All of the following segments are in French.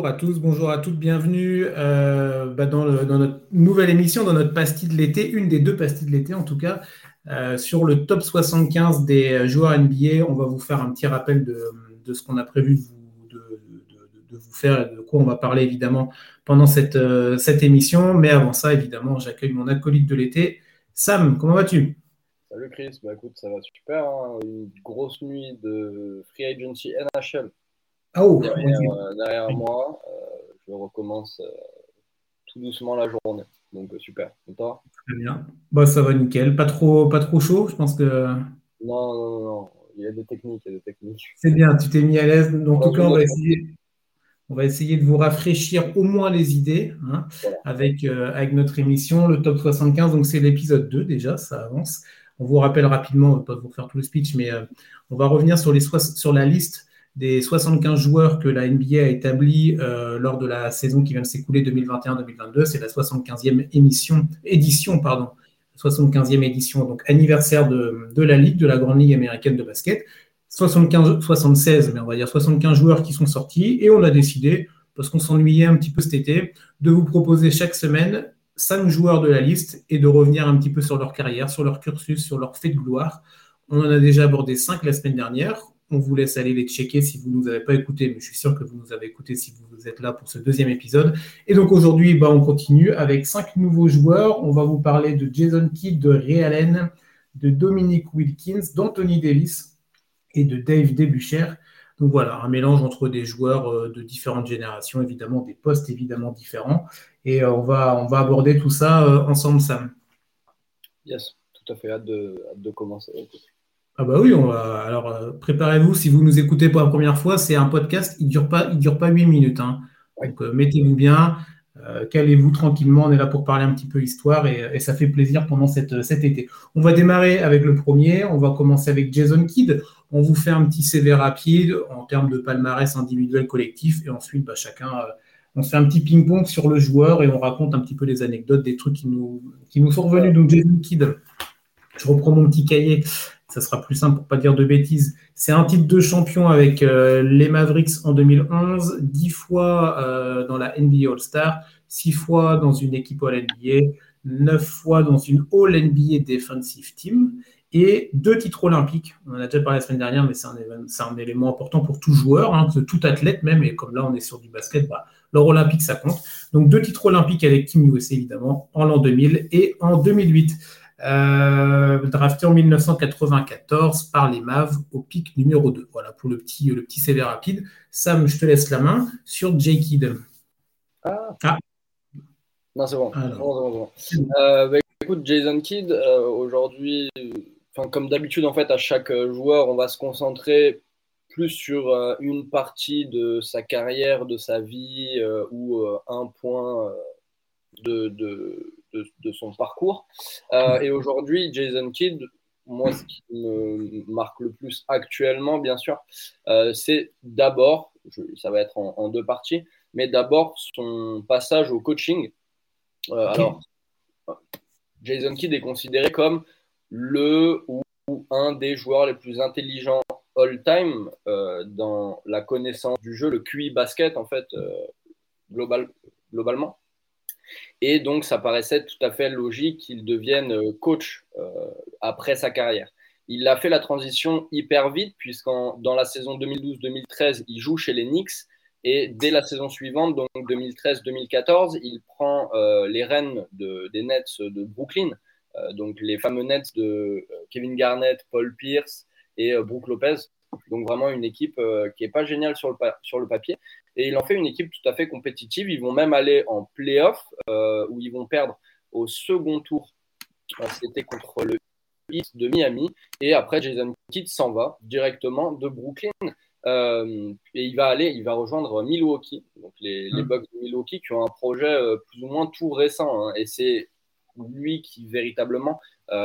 Bonjour à tous, bonjour à toutes, bienvenue dans notre nouvelle émission, dans notre pastille de l'été, une des deux pastilles de l'été en tout cas, sur le top 75 des joueurs NBA. On va vous faire un petit rappel de ce qu'on a prévu de vous faire et de quoi on va parler évidemment pendant cette émission. Mais avant ça, évidemment, j'accueille mon acolyte de l'été. Sam, comment vas-tu? Salut Chris, bah écoute, ça va super, hein. Une grosse nuit de Free Agency NHL Ah oh, derrière moi. Je recommence tout doucement la journée. Donc super. Et toi? très bien. Bah, ça va nickel, pas trop chaud, je pense que Non, non, non, non. Il y a des techniques, il y a des techniques. c'est bien, tu t'es mis à l'aise. En tout Dans cas, une on va autre. essayer. On va essayer de vous rafraîchir au moins les idées hein, Voilà. avec notre émission, le top 75. Donc, c'est l'épisode 2 déjà, ça avance. On vous rappelle rapidement, on ne va pas vous faire tout le speech, mais on va revenir sur la liste des 75 joueurs que la NBA a établi lors de la saison qui vient de s'écouler 2021-2022. C'est la 75e édition, pardon, 75e édition, donc anniversaire de la Ligue, de la Grande Ligue américaine de basket. 75, 76, mais on va dire 75 joueurs qui sont sortis. Et on a décidé, parce qu'on s'ennuyait un petit peu cet été, de vous proposer chaque semaine 5 joueurs de la liste et de revenir un petit peu sur leur carrière, sur leur cursus, sur leur fait de gloire. On en a déjà abordé 5 la semaine dernière. On vous laisse aller les checker si vous ne nous avez pas écoutés, mais je suis sûr que vous nous avez écoutés si vous êtes là pour ce deuxième épisode. Et donc aujourd'hui, on continue avec 5 nouveaux joueurs. On va vous parler de Jason Kidd, de Ray Allen, de Dominic Wilkins, d'Anthony Davis et de Dave Débuchère. Donc voilà, un mélange entre des joueurs de différentes générations, évidemment, des postes évidemment différents. Et on va aborder tout ça ensemble, Sam. Yes, tout à fait, hâte de commencer. Écoute. Ah bah oui, alors préparez-vous, si vous nous écoutez pour la première fois, c'est un podcast, il dure pas 8 minutes. Hein. Ouais. Donc mettez-vous bien, calez-vous tranquillement, on est là pour parler un petit peu histoire et ça fait plaisir pendant cet été. On va démarrer avec le premier, on va commencer avec Jason Kidd. On vous fait un petit CV rapide en termes de palmarès individuel collectif et ensuite chacun, on se fait un petit ping-pong sur le joueur et on raconte un petit peu les anecdotes, des trucs qui nous sont revenus. Donc Jason Kidd, je reprends mon petit cahier, ça sera plus simple pour ne pas dire de bêtises. C'est un titre de champion avec les Mavericks en 2011, 10 fois dans la NBA All-Star, 6 fois dans une équipe All-NBA, 9 fois dans une All-NBA Defensive Team et 2 titres olympiques. On en a déjà parlé la semaine dernière, mais c'est un élément important pour tout joueur, hein, tout athlète même, et comme là on est sur du basket, l'or olympique ça compte. Donc 2 titres olympiques avec Team USA évidemment en l'an 2000 et en 2008. Drafté en 1994 par les Mavs au pic numéro 2. Voilà pour le petit CV rapide. Sam, je te laisse la main sur Jay Kidd. Ah, Ah, non, c'est bon. C'est alors. bon, c'est bon, c'est bon. Bah, écoute, Jason Kidd, aujourd'hui, comme d'habitude, en fait, à chaque joueur, on va se concentrer plus sur une partie de sa carrière, de sa vie, ou un point de son parcours. Et aujourd'hui, Jason Kidd, moi, ce qui me marque le plus actuellement, bien sûr, c'est d'abord, ça va être en deux parties, mais d'abord son passage au coaching. Alors, Ok. Jason Kidd est considéré comme le ou un des joueurs les plus intelligents all-time dans la connaissance du jeu, le QI basket, en fait, globalement. Et donc, ça paraissait tout à fait logique qu'il devienne coach après sa carrière. Il a fait la transition hyper vite, puisqu'en dans la saison 2012-2013, il joue chez les Knicks. Et dès la saison suivante, donc 2013-2014, il prend les rênes des Nets de Brooklyn, donc les fameux Nets de Kevin Garnett, Paul Pierce et Brook Lopez. Donc vraiment une équipe qui n'est pas géniale sur le papier. Et il en fait une équipe tout à fait compétitive. Ils vont même aller en playoff où ils vont perdre au second tour. C'était contre le Heat de Miami. Et après, Jason Kidd s'en va directement de Brooklyn. Et il va rejoindre Milwaukee, donc les Bucks de Milwaukee qui ont un projet plus ou moins tout récent. Hein, et c'est lui qui véritablement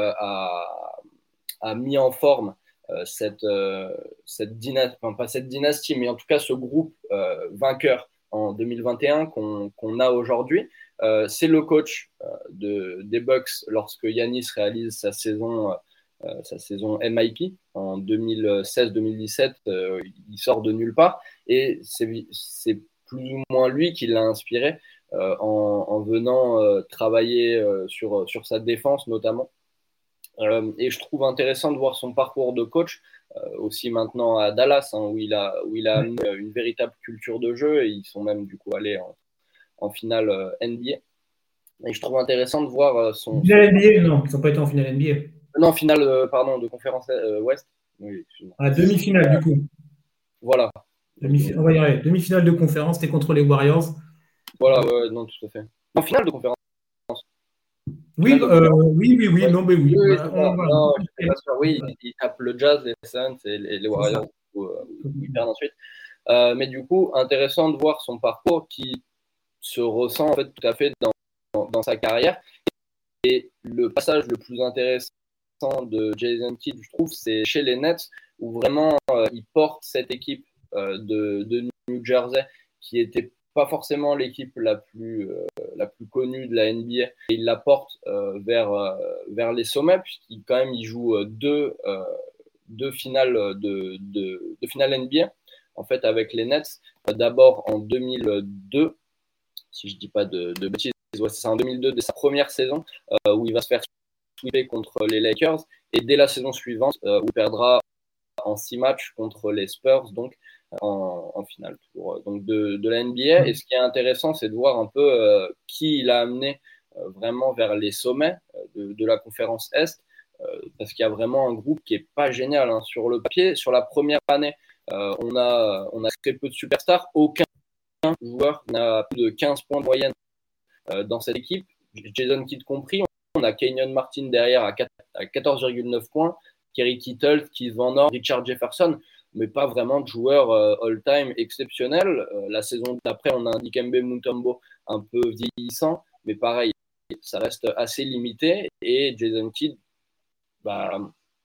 a mis en forme cette dynastie, enfin pas cette dynastie, mais en tout cas ce groupe vainqueur en 2021 qu'on a aujourd'hui. C'est le coach des Bucks lorsque Yanis réalise sa saison MIP en 2016-2017. Il sort de nulle part et c'est plus ou moins lui qui l'a inspiré en venant travailler sur sa défense notamment. Et je trouve intéressant de voir son parcours de coach, aussi maintenant à Dallas, hein, où il a amené une véritable culture de jeu, et ils sont même du coup allés en finale NBA. Et je trouve intéressant de voir Finale NBA, non, ils n'ont pas été en finale NBA. Non, finale, pardon, de conférence Ouest. Oui, À demi-finale, du coup. Voilà. On va y arriver. Demi-finale de conférence, c'était contre les Warriors. Voilà, ouais, non, tout à fait. En finale de conférence. Oui, oui, Ouais. non, mais oui. Oui, Bah, c'est ça. Non, je suis pas sûr. Oui, ils tapent le Jazz, les Suns et les Warriors où ils perdent ensuite. Mais du coup, intéressant de voir son parcours qui se ressent en fait tout à fait dans sa carrière. Et le passage le plus intéressant de Jason Kidd, je trouve, c'est chez les Nets, où vraiment il porte cette équipe de New Jersey, qui était pas forcément l'équipe la plus connue de la NBA. Et il la porte vers les sommets, puisqu'il quand même il joue deux finales de finale NBA en fait avec les Nets. D'abord en 2002, si je dis pas de bêtises, ouais, c'est en 2002, dès sa première saison, où il va se faire sweeper contre les Lakers, et dès la saison suivante, où il perdra en 6 matchs contre les Spurs, donc en finale tour donc de la NBA. Et ce qui est intéressant, c'est de voir un peu qui il a amené vraiment vers les sommets de la conférence Est, parce qu'il y a vraiment un groupe qui est pas génial, hein. Sur le papier. Sur la première année, on a très peu de superstars. Aucun joueur n'a plus de 15 points de moyenne dans cette équipe, Jason Kidd compris. On a Kenyon Martin derrière à 14,9 points, Kerry Kittle, Keith Van Horn, Richard Jefferson, mais pas vraiment de joueurs all-time exceptionnels. La saison d'après, on a un Dikembe Mutombo un peu vieillissant, mais pareil, ça reste assez limité. Et Jason Kidd, bah,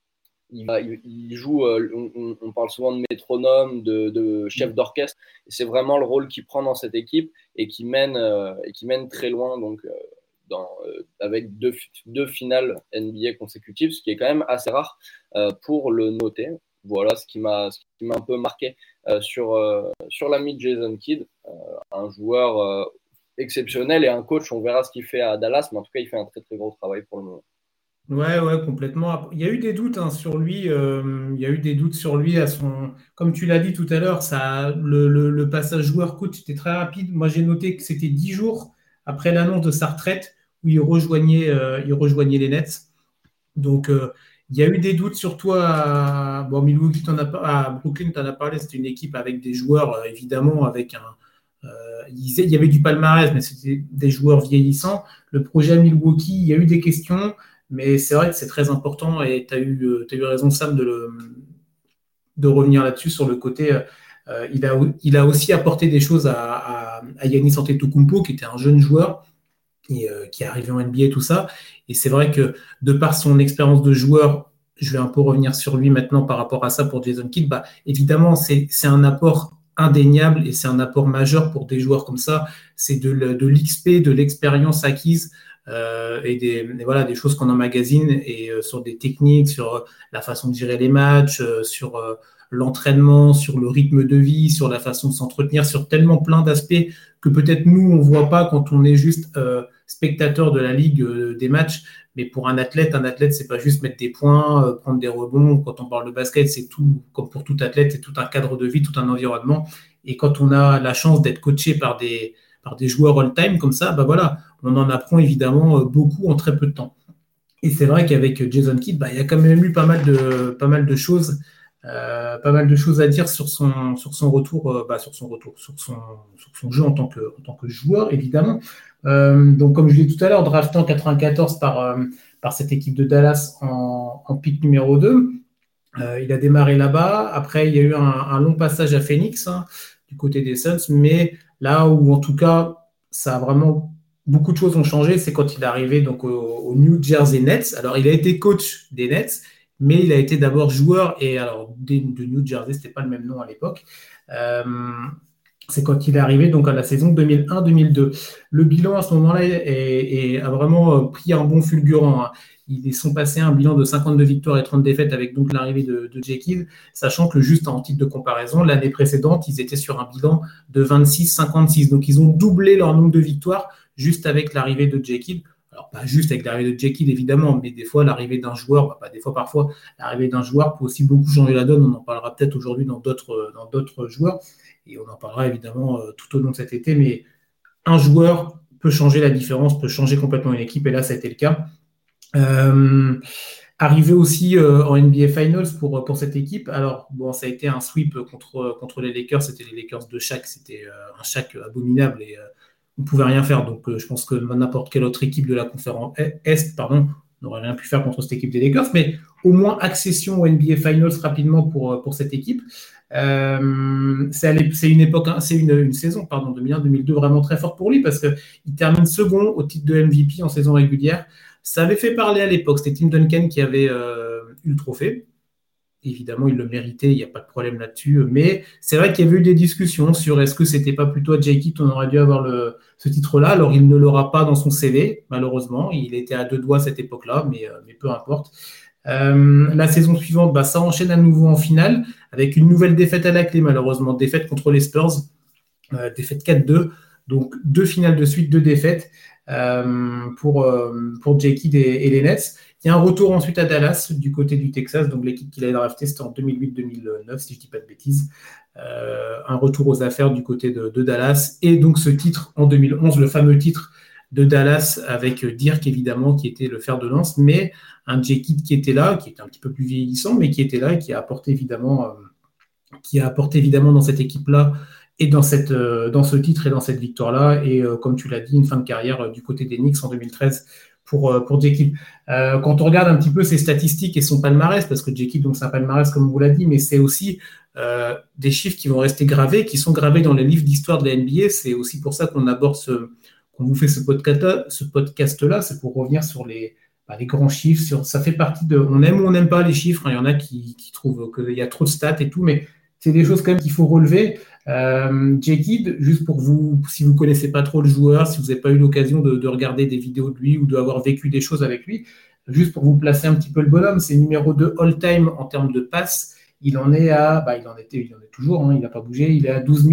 il joue, on parle souvent de métronome, de chef d'orchestre. C'est vraiment le rôle qu'il prend dans cette équipe et qui mène très loin, donc avec deux finales NBA consécutives, ce qui est quand même assez rare pour le noter. Voilà ce qui m'a un peu marqué sur l'ami Jason Kidd, un joueur exceptionnel et un coach. On verra ce qu'il fait à Dallas, mais en tout cas, il fait un très très gros travail pour le moment. Ouais, complètement. Il y a eu des doutes sur lui. Il y a eu des doutes sur lui comme tu l'as dit tout à l'heure, le passage joueur-coach était très rapide. Moi, j'ai noté que c'était 10 jours après l'annonce de sa retraite où il rejoignait les Nets. Donc, il y a eu des doutes sur toi. Bon, Milwaukee, à Brooklyn, tu en as parlé. C'était une équipe avec des joueurs, évidemment, il y avait du palmarès, mais c'était des joueurs vieillissants. Le projet à Milwaukee, il y a eu des questions. Mais c'est vrai que c'est très important et tu as eu raison, Sam, de revenir là-dessus sur le côté. Il a aussi apporté des choses à Giannis Antetokounmpo, qui était un jeune joueur et qui est arrivé en NBA et tout ça. Et c'est vrai que de par son expérience de joueur, je vais un peu revenir sur lui maintenant par rapport à ça pour Jason Kidd. Bah, évidemment, c'est un apport indéniable et c'est un apport majeur pour des joueurs comme ça. C'est de l'XP, de l'expérience acquise et des choses qu'on emmagasine et sur des techniques, sur la façon de gérer les matchs, sur l'entraînement, sur le rythme de vie, sur la façon de s'entretenir, sur tellement plein d'aspects que peut-être nous, on ne voit pas quand on est juste spectateur de la ligue des matchs. Mais pour un athlète, c'est pas juste mettre des points, prendre des rebonds. Quand on parle de basket, c'est tout, comme pour tout athlète, c'est tout un cadre de vie, tout un environnement. Et quand on a la chance d'être coaché par des joueurs all-time comme ça, bah voilà, on en apprend évidemment beaucoup en très peu de temps. Et c'est vrai qu'avec Jason Kidd, bah, il y a quand même eu pas mal de choses. Pas mal de choses à dire sur son retour, sur son jeu en tant que joueur, évidemment. Donc, comme je l'ai dit tout à l'heure, drafté en 94 par cette équipe de Dallas en pick numéro 2. Il a démarré là-bas. Après, il y a eu un long passage à Phoenix, hein, du côté des Suns. Mais là où, en tout cas, ça a vraiment beaucoup de choses ont changé, c'est quand il est arrivé donc, au New Jersey Nets. Alors, il a été coach des Nets, mais il a été d'abord joueur. Et alors, de New Jersey, c'était pas le même nom à l'époque. C'est quand il est arrivé donc à la saison 2001-2002. Le bilan à ce moment-là a vraiment pris un bond fulgurant, hein. Ils sont passés à un bilan de 52 victoires et 30 défaites avec donc l'arrivée de Jekyll, sachant que juste en titre de comparaison, l'année précédente, ils étaient sur un bilan de 26-56. Donc ils ont doublé leur nombre de victoires juste avec l'arrivée de Jekyll. Alors pas juste avec l'arrivée de Jekyll évidemment, mais des fois l'arrivée d'un joueur, pas des fois parfois, l'arrivée d'un joueur peut aussi beaucoup changer la donne. On en parlera peut-être aujourd'hui dans d'autres joueurs. Et on en parlera évidemment tout au long de cet été, mais un joueur peut changer la différence, peut changer complètement une équipe, et là, ça a été le cas. Arrivé aussi en NBA Finals pour cette équipe. Alors, bon, ça a été un sweep contre les Lakers, c'était les Lakers de Shaq, c'était un Shaq abominable, et on ne pouvait rien faire. Donc, je pense que n'importe quelle autre équipe de la conférence Est, n'aurait rien pu faire contre cette équipe des Lakers, mais au moins accession au NBA Finals rapidement pour cette équipe. C'est une époque, c'est une saison, 2001-2002 vraiment très forte pour lui parce qu'il termine second au titre de MVP en saison régulière. Ça avait fait parler à l'époque. C'était Tim Duncan qui avait eu le trophée. Évidemment, il le méritait, il n'y a pas de problème là-dessus. Mais c'est vrai qu'il y avait eu des discussions sur est-ce que c'était pas plutôt à Jay Kidd on aurait dû avoir ce titre-là. Alors, il ne l'aura pas dans son CV, malheureusement. Il était à 2 doigts à cette époque-là, mais peu importe. La saison suivante, ça enchaîne à nouveau en finale avec une nouvelle défaite à la clé, malheureusement. Défaite contre les Spurs, défaite 4-2. Donc, 2 finales de suite, 2 défaites pour Jay Kidd et les Nets. Il y a un retour ensuite à Dallas du côté du Texas. Donc, l'équipe qu'il a drafté, c'était en 2008-2009, si je ne dis pas de bêtises. Un retour aux affaires du côté de Dallas. Et donc, ce titre en 2011, le fameux titre de Dallas avec Dirk, évidemment, qui était le fer de lance, mais un Jay Kidd qui était là, qui était un petit peu plus vieillissant, mais qui était là et qui a apporté évidemment dans cette équipe-là et dans ce titre et dans cette victoire-là. Et comme tu l'as dit, une fin de carrière du côté des Knicks en 2013 pour Jay Kidd. Quand on regarde un petit peu ses statistiques et son palmarès, parce que Jay Kidd, donc c'est un palmarès comme on vous l'a dit, mais c'est aussi des chiffres qui vont rester gravés, qui sont gravés dans les livres d'histoire de la NBA. C'est aussi pour ça qu'on aborde qu'on vous fait ce podcast-là, c'est pour revenir sur les grands chiffres. Ça fait partie de. On aime ou on n'aime pas les chiffres. Il y en a qui trouvent qu'il y a trop de stats et tout, mais c'est des choses quand même qu'il faut relever. Jay Kidd, juste pour vous, si vous ne connaissez pas trop le joueur, si vous n'avez pas eu l'occasion de regarder des vidéos de lui ou d'avoir vécu des choses avec lui, juste pour vous placer un petit peu le bonhomme, c'est numéro 2 all-time en termes de passes. Il en est toujours, il n'a pas bougé, il est à 12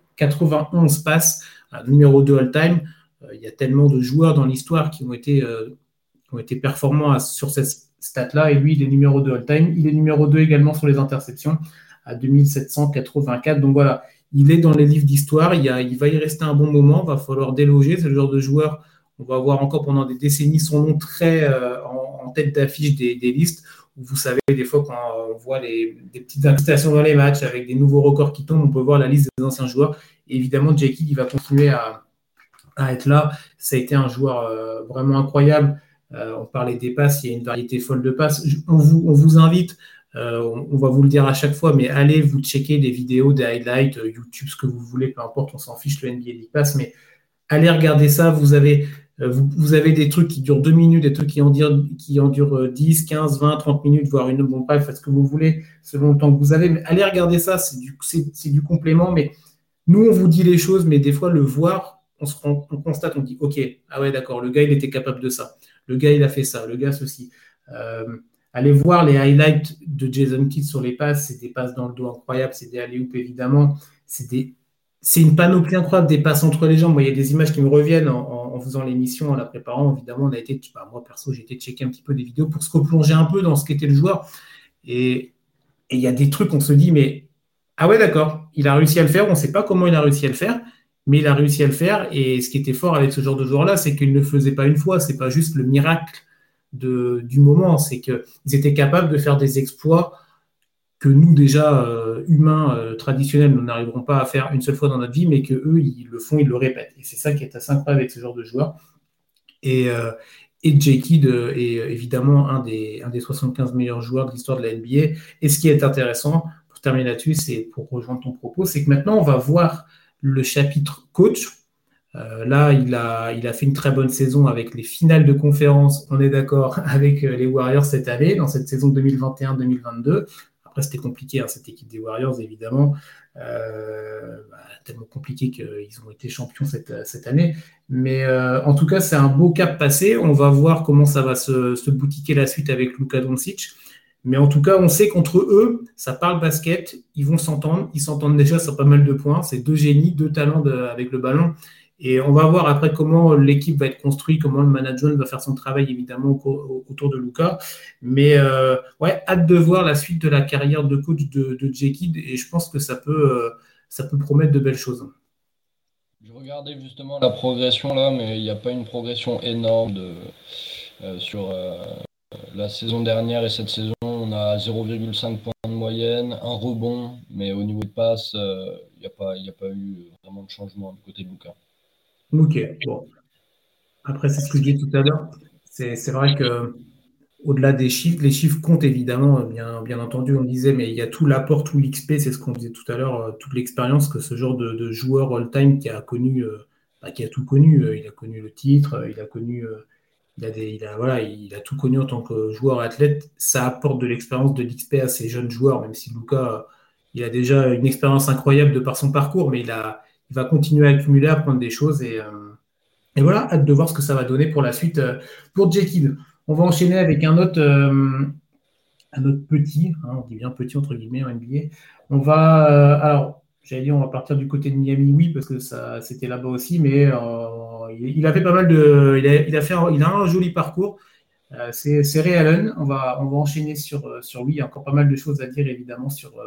091 passes, numéro 2 all-time. Il y a tellement de joueurs dans l'histoire qui ont été performants sur cette stat-là, et lui, il est numéro 2 all-time. Il est numéro 2 également sur les interceptions, à 2784. Donc voilà, il est dans les livres d'histoire, il va y rester un bon moment, il va falloir déloger. C'est le genre de joueur, on va voir encore pendant des décennies son nom très en tête d'affiche des listes, où vous savez, des fois, quand on voit des petites incrustations dans les matchs avec des nouveaux records qui tombent, on peut voir la liste des anciens joueurs. Et évidemment, Jay Kidd, il va continuer à être là. Ça a été un joueur vraiment incroyable. On parlait des passes, il y a une variété folle de passes. On vous invite, on va vous le dire à chaque fois, mais allez vous checker des vidéos, des highlights, YouTube, ce que vous voulez, peu importe, on s'en fiche, le NBA League Pass, mais allez regarder ça. Vous avez des trucs qui durent 2 minutes, des trucs qui en durent 10, 15, 20, 30 minutes, voire une. Bon, bref, faites ce que vous voulez selon le temps que vous avez, mais allez regarder ça, c'est du complément, mais nous, on vous dit les choses, mais des fois, le voir, on constate, on dit, OK, ah ouais, d'accord, le gars, il était capable de ça. Le gars, il a fait ça. Le gars, ceci. Allez voir les highlights de Jason Kidd sur les passes. C'est des passes dans le dos incroyables. C'est des alley-oops, évidemment. C'est une panoplie incroyable, des passes entre les jambes. Moi, il y a des images qui me reviennent en faisant l'émission, en la préparant. Évidemment, moi, perso, j'ai été checker un petit peu des vidéos pour se replonger un peu dans ce qu'était le joueur. Et il y a des trucs, on se dit, mais ah ouais, d'accord, il a réussi à le faire. On ne sait pas comment il a réussi à le faire, mais il a réussi à le faire. Et ce qui était fort avec ce genre de joueur-là, c'est qu'il ne le faisait pas une fois. Ce n'est pas juste le miracle du moment. C'est qu'ils étaient capables de faire des exploits que nous, déjà, humains traditionnels, nous n'arriverons pas à faire une seule fois dans notre vie, mais qu'eux, ils le font, ils le répètent. Et c'est ça qui est assez incroyable avec ce genre de joueur. Et Jay Kidd est évidemment un des 75 meilleurs joueurs de l'histoire de la NBA. Et ce qui est intéressant, pour terminer là-dessus, c'est pour rejoindre ton propos, c'est que maintenant, on va voir le chapitre coach. Là, il a fait une très bonne saison avec les finales de conférence, on est d'accord, avec les Warriors cette année, dans cette saison 2021-2022. après, c'était compliqué, hein, cette équipe des Warriors, évidemment. Tellement compliqué qu'ils ont été champions cette année. Mais en tout cas, c'est un beau cap passé. On va voir comment ça va se boutiquer la suite avec Luka Doncic. Mais en tout cas, on sait qu'entre eux, ça parle basket, ils vont s'entendre. Ils s'entendent déjà sur pas mal de points. C'est deux génies, deux talents avec le ballon. Et on va voir après comment l'équipe va être construite, comment le management va faire son travail, évidemment, autour de Luka. Mais ouais, hâte de voir la suite de la carrière de coach de Jay Kidd. Et je pense que ça peut promettre de belles choses. Je regardais justement la progression là, mais il n'y a pas une progression énorme sur la saison dernière et cette saison. On a 0,5 points de moyenne, un rebond, mais au niveau de passe, il n'y a pas eu vraiment de changement du côté de Luka. Ok, bon. Après, c'est ce que je disais tout à l'heure. C'est vrai que au-delà des chiffres, les chiffres comptent évidemment, bien entendu, on disait, mais il y a tout l'apport, tout l'XP, c'est ce qu'on disait tout à l'heure, toute l'expérience que ce genre de joueur all-time qui a connu, qui a tout connu, il a connu le titre, il a connu, voilà, il a tout connu en tant que joueur athlète, ça apporte de l'expérience, de l'XP à ces jeunes joueurs, même si Luka, il a déjà une expérience incroyable de par son parcours, mais il va continuer à accumuler, à apprendre des choses et voilà, hâte de voir ce que ça va donner pour la suite pour Jekyll. On va enchaîner avec un autre petit, hein, on dit bien petit entre guillemets en NBA. On va, alors, j'allais dire, on va partir du côté de Miami, oui, parce que ça, c'était là-bas aussi, mais il a fait pas mal de, il a un joli parcours. C'est Ray Allen. On va enchaîner sur lui. Il y a encore pas mal de choses à dire évidemment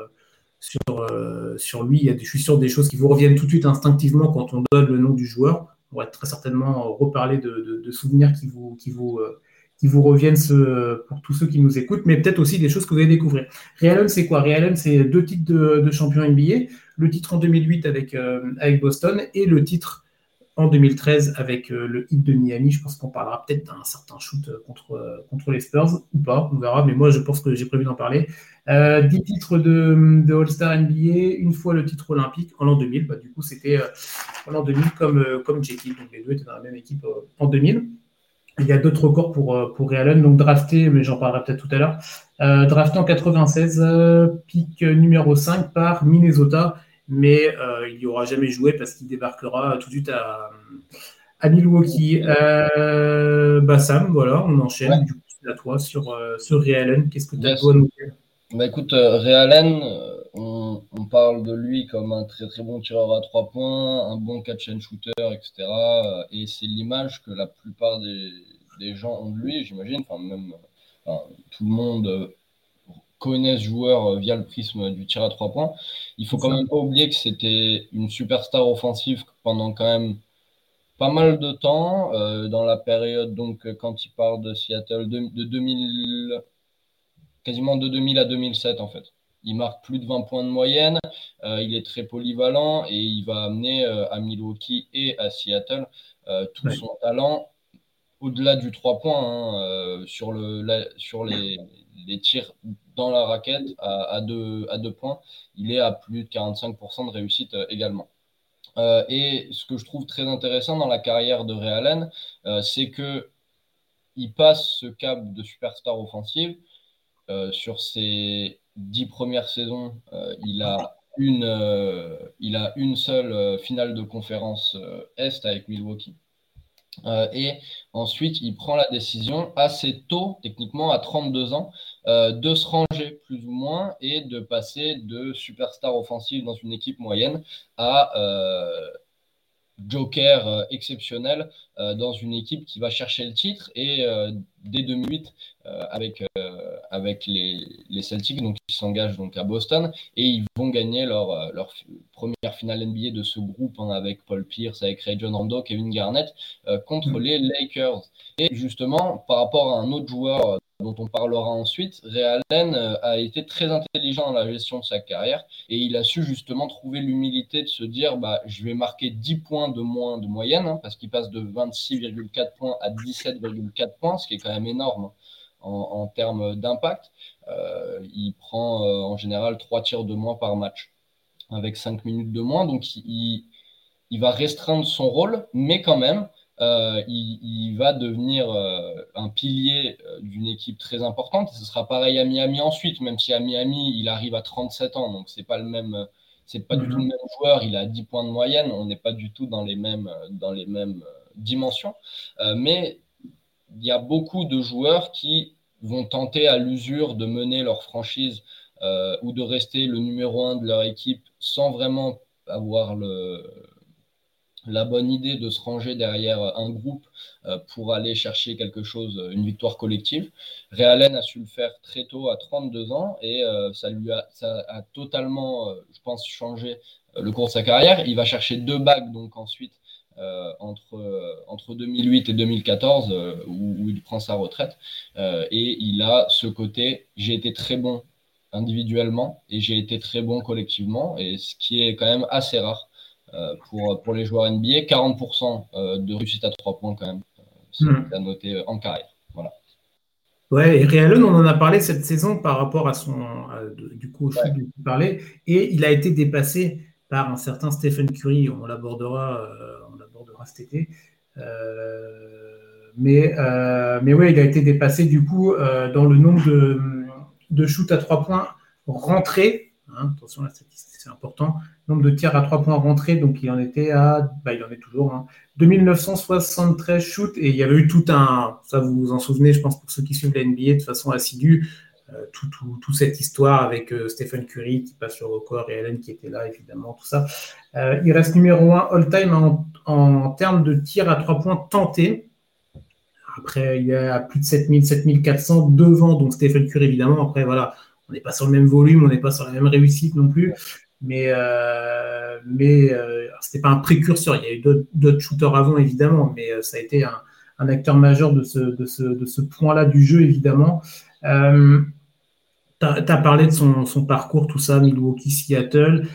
sur lui. Je suis sûr des choses qui vous reviennent tout de suite instinctivement quand on donne le nom du joueur. On va très certainement reparler de souvenirs qui vous reviennent pour tous ceux qui nous écoutent, mais peut-être aussi des choses que vous allez découvrir. Ray Allen, c'est quoi? Ray Allen, c'est deux titres de champion NBA, le titre en 2008 avec Boston et le titre en 2013 avec le hit de Miami. Je pense qu'on parlera peut-être d'un certain shoot contre les Spurs ou pas, on verra, mais moi je pense que j'ai prévu d'en parler. 10 titres de All-Star NBA, une fois le titre olympique en l'an 2000. Bah, du coup, c'était en l'an 2000 comme Jekyll. Donc les deux étaient dans la même équipe en 2000. Il y a d'autres records pour Ray Allen, donc drafté, mais j'en parlerai peut-être tout à l'heure. Drafté en 96, pick numéro 5 par Minnesota, mais il n'y aura jamais joué parce qu'il débarquera tout de suite à Milwaukee. Sam, voilà, on enchaîne. Ouais. Du coup, c'est à toi sur Ray Allen. Qu'est-ce que tu as Yes. de nous dire? Bah écoute, Ray Allen, on parle de lui comme un très très bon tireur à 3 points, un bon catch and shooter, etc. Et c'est l'image que la plupart des gens ont de lui, j'imagine. Enfin, même tout le monde connaît ce joueur via le prisme du tir à 3 points. Il faut quand même pas oublier que c'était une superstar offensive pendant quand même pas mal de temps, dans la période, donc quand il part de Seattle, de 2000 quasiment de 2000 à 2007 en fait. Il marque plus de 20 points de moyenne, il est très polyvalent et il va amener à Milwaukee et à Seattle tout son talent au-delà du 3 points, hein, sur les tirs dans la raquette à 2 points. Il est à plus de 45% de réussite également. Et ce que je trouve très intéressant dans la carrière de Ray Allen, c'est que il passe ce cap de superstar offensive. Sur ses 10 premières saisons, il a une seule finale de conférence Est avec Milwaukee. Et ensuite, il prend la décision assez tôt, techniquement à 32 ans, de se ranger plus ou moins et de passer de superstar offensive dans une équipe moyenne à joker exceptionnel dans une équipe qui va chercher le titre. Et dès 2008, avec les Celtics, donc ils s'engagent donc à Boston et ils vont gagner leur première finale NBA de ce groupe, hein, avec Paul Pierce, avec Rajon Rondo, Kevin Garnett, contre les Lakers. Et justement, par rapport à un autre joueur dont on parlera ensuite, Ray Allen a été très intelligent dans la gestion de sa carrière et il a su justement trouver l'humilité de se dire, je vais marquer 10 points de moins de moyenne, hein, parce qu'il passe de 26,4 points à 17,4 points, ce qui est quand même énorme en termes d'impact. Il prend en général 3 tirs de moins par match avec 5 minutes de moins, donc il va restreindre son rôle, mais quand même, il va devenir un pilier d'une équipe très importante. Et ce sera pareil à Miami ensuite, même si à Miami, il arrive à 37 ans, donc c'est pas du tout le même joueur. Il a 10 points de moyenne, on n'est pas du tout dans les mêmes dimensions. Mais il y a beaucoup de joueurs qui vont tenter à l'usure de mener leur franchise ou de rester le numéro 1 de leur équipe sans vraiment avoir la bonne idée de se ranger derrière un groupe pour aller chercher quelque chose, une victoire collective. Ray Allen a su le faire très tôt, à 32 ans, et ça a totalement, je pense, changé le cours de sa carrière. Il va chercher 2 bagues, donc ensuite, entre 2008 et 2014, où il prend sa retraite. Et il a ce côté, j'ai été très bon individuellement et j'ai été très bon collectivement, et ce qui est quand même assez rare pour les joueurs NBA. 40% de réussite à 3 points quand même, c'est à noter en carrière. Voilà. Ouais, et Ray Allen, on en a parlé cette saison par rapport à du coup, au shoot dont tu parlais, et il a été dépassé par un certain Stephen Curry. On l'abordera cet été. Mais ouais, il a été dépassé du coup dans le nombre de shoots à 3 points rentrés. Attention, la statistique, c'est important. Nombre de tirs à 3 points rentrés, donc il en était il en est toujours, 2973 shoots, et il y avait eu ça vous vous en souvenez, je pense, pour ceux qui suivent la NBA de façon assidue, toute cette histoire avec Stephen Curry qui passe le record et Allen qui était là, évidemment, tout ça. Il reste numéro 1 all-time en termes de tirs à 3 points tentés. Après, il y a plus de 7000, 7400 devant, donc Stephen Curry, évidemment. Après, voilà, on n'est pas sur le même volume, on n'est pas sur la même réussite non plus. Mais c'était pas un précurseur. Il y a eu d'autres shooters avant, évidemment, mais ça a été un acteur majeur de ce point-là du jeu, évidemment. Tu as parlé de son parcours, tout ça, Milwaukee, Seattle.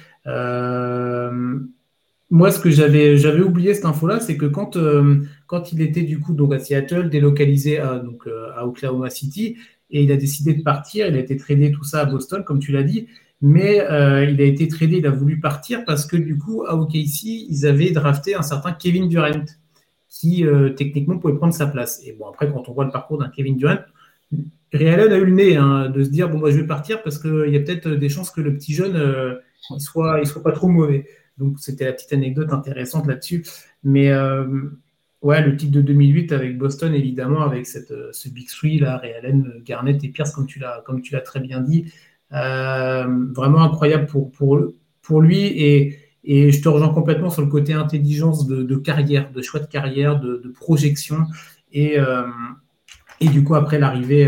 Moi, ce que j'avais oublié cette info-là, c'est que quand il était du coup donc à Seattle, délocalisé à Oklahoma City, et il a décidé de partir, il a été tradé tout ça à Boston, comme tu l'as dit, mais il a été tradé, il a voulu partir parce que du coup à OKC, ils avaient drafté un certain Kevin Durant qui techniquement pouvait prendre sa place. Et bon, après, quand on voit le parcours d'un Kevin Durant, Ray Allen a eu le nez de se dire bon, je vais partir parce qu'il y a peut-être des chances que le petit jeune il soit pas trop mauvais. Donc, c'était la petite anecdote intéressante là-dessus. Mais ouais, le titre de 2008 avec Boston, évidemment, avec ce Big Three, là, Ray Allen, Garnett et Pierce, comme tu l'as très bien dit. Vraiment incroyable pour lui. Et je te rejoins complètement sur le côté intelligence de carrière, de choix de carrière, de projection. Et du coup, après l'arrivée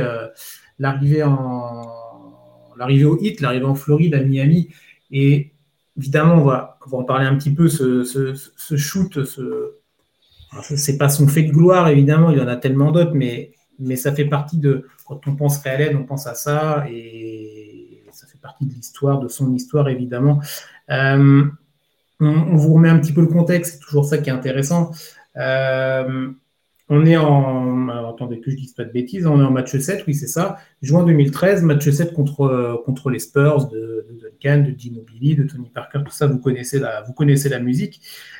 au Heat, l'arrivée en Floride, à Miami. Et évidemment, on va en parler un petit peu, ce shoot, c'est pas son fait de gloire, évidemment, il y en a tellement d'autres, mais ça fait partie quand on pense Ray Allen, on pense à ça, et ça fait partie de son histoire, évidemment. On vous remet un petit peu le contexte, c'est toujours ça qui est intéressant. On est alors, attendez que je ne dise pas de bêtises, on est en match 7, oui c'est ça, juin 2013, match 7 contre les Spurs de Duncan, de Ginobili, de Tony Parker, tout ça, vous connaissez la musique.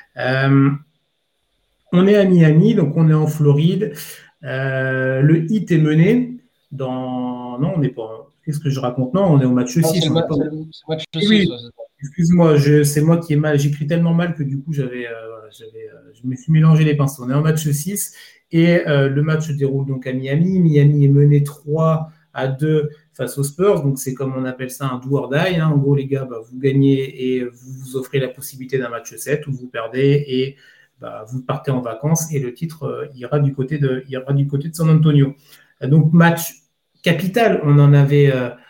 On est à Miami, donc on est en Floride. Le Heat est mené non, on n'est pas. Qu'est-ce que je raconte? Non, on est au match 6. C'est le match 6. Oui. Excuse-moi, c'est moi qui ai mal. J'écris tellement mal que du coup, je me suis mélangé les pinceaux. On est en match 6 et le match se déroule donc à Miami. Miami est mené 3-2 face aux Spurs. Donc, c'est comme on appelle ça un do or die. En gros, les gars, vous gagnez et vous offrez la possibilité d'un match 7 ou vous perdez et vous partez en vacances et le titre ira du côté de San Antonio. Donc, match capital. On en avait.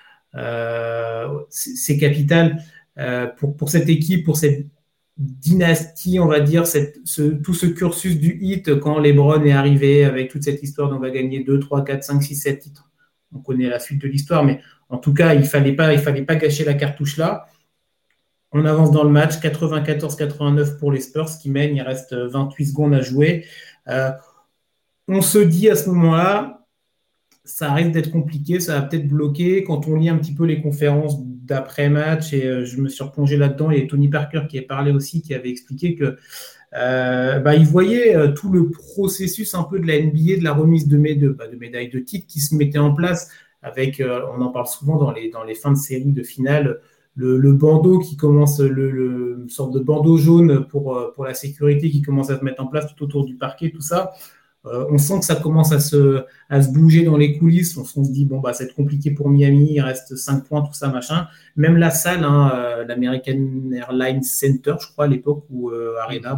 C'est capital. Pour cette équipe, pour cette dynastie, on va dire, tout ce cursus du Heat, quand LeBron est arrivé avec toute cette histoire d'on va gagner 2, 3, 4, 5, 6, 7 titres. On connaît la suite de l'histoire, mais en tout cas, il fallait pas gâcher la cartouche là. On avance dans le match, 94-89 pour les Spurs qui mènent, il reste 28 secondes à jouer. On se dit à ce moment-là, ça risque d'être compliqué, ça va peut-être bloquer. Quand on lit un petit peu les conférences d'après-match, et je me suis replongé là-dedans, il y a Tony Parker qui a parlé aussi, qui avait expliqué que il voyait tout le processus un peu de la NBA, de la remise de médailles de titre qui se mettait en place avec, on en parle souvent dans les fins de série, de finale, le bandeau qui commence, une sorte de bandeau jaune pour la sécurité qui commence à se mettre en place tout autour du parquet, tout ça. On sent que ça commence à se bouger dans les coulisses. On se dit, bon, ça va être compliqué pour Miami, il reste 5 points, tout ça, machin. Même la salle, l'American Airlines Center, je crois, à l'époque, ou Arena,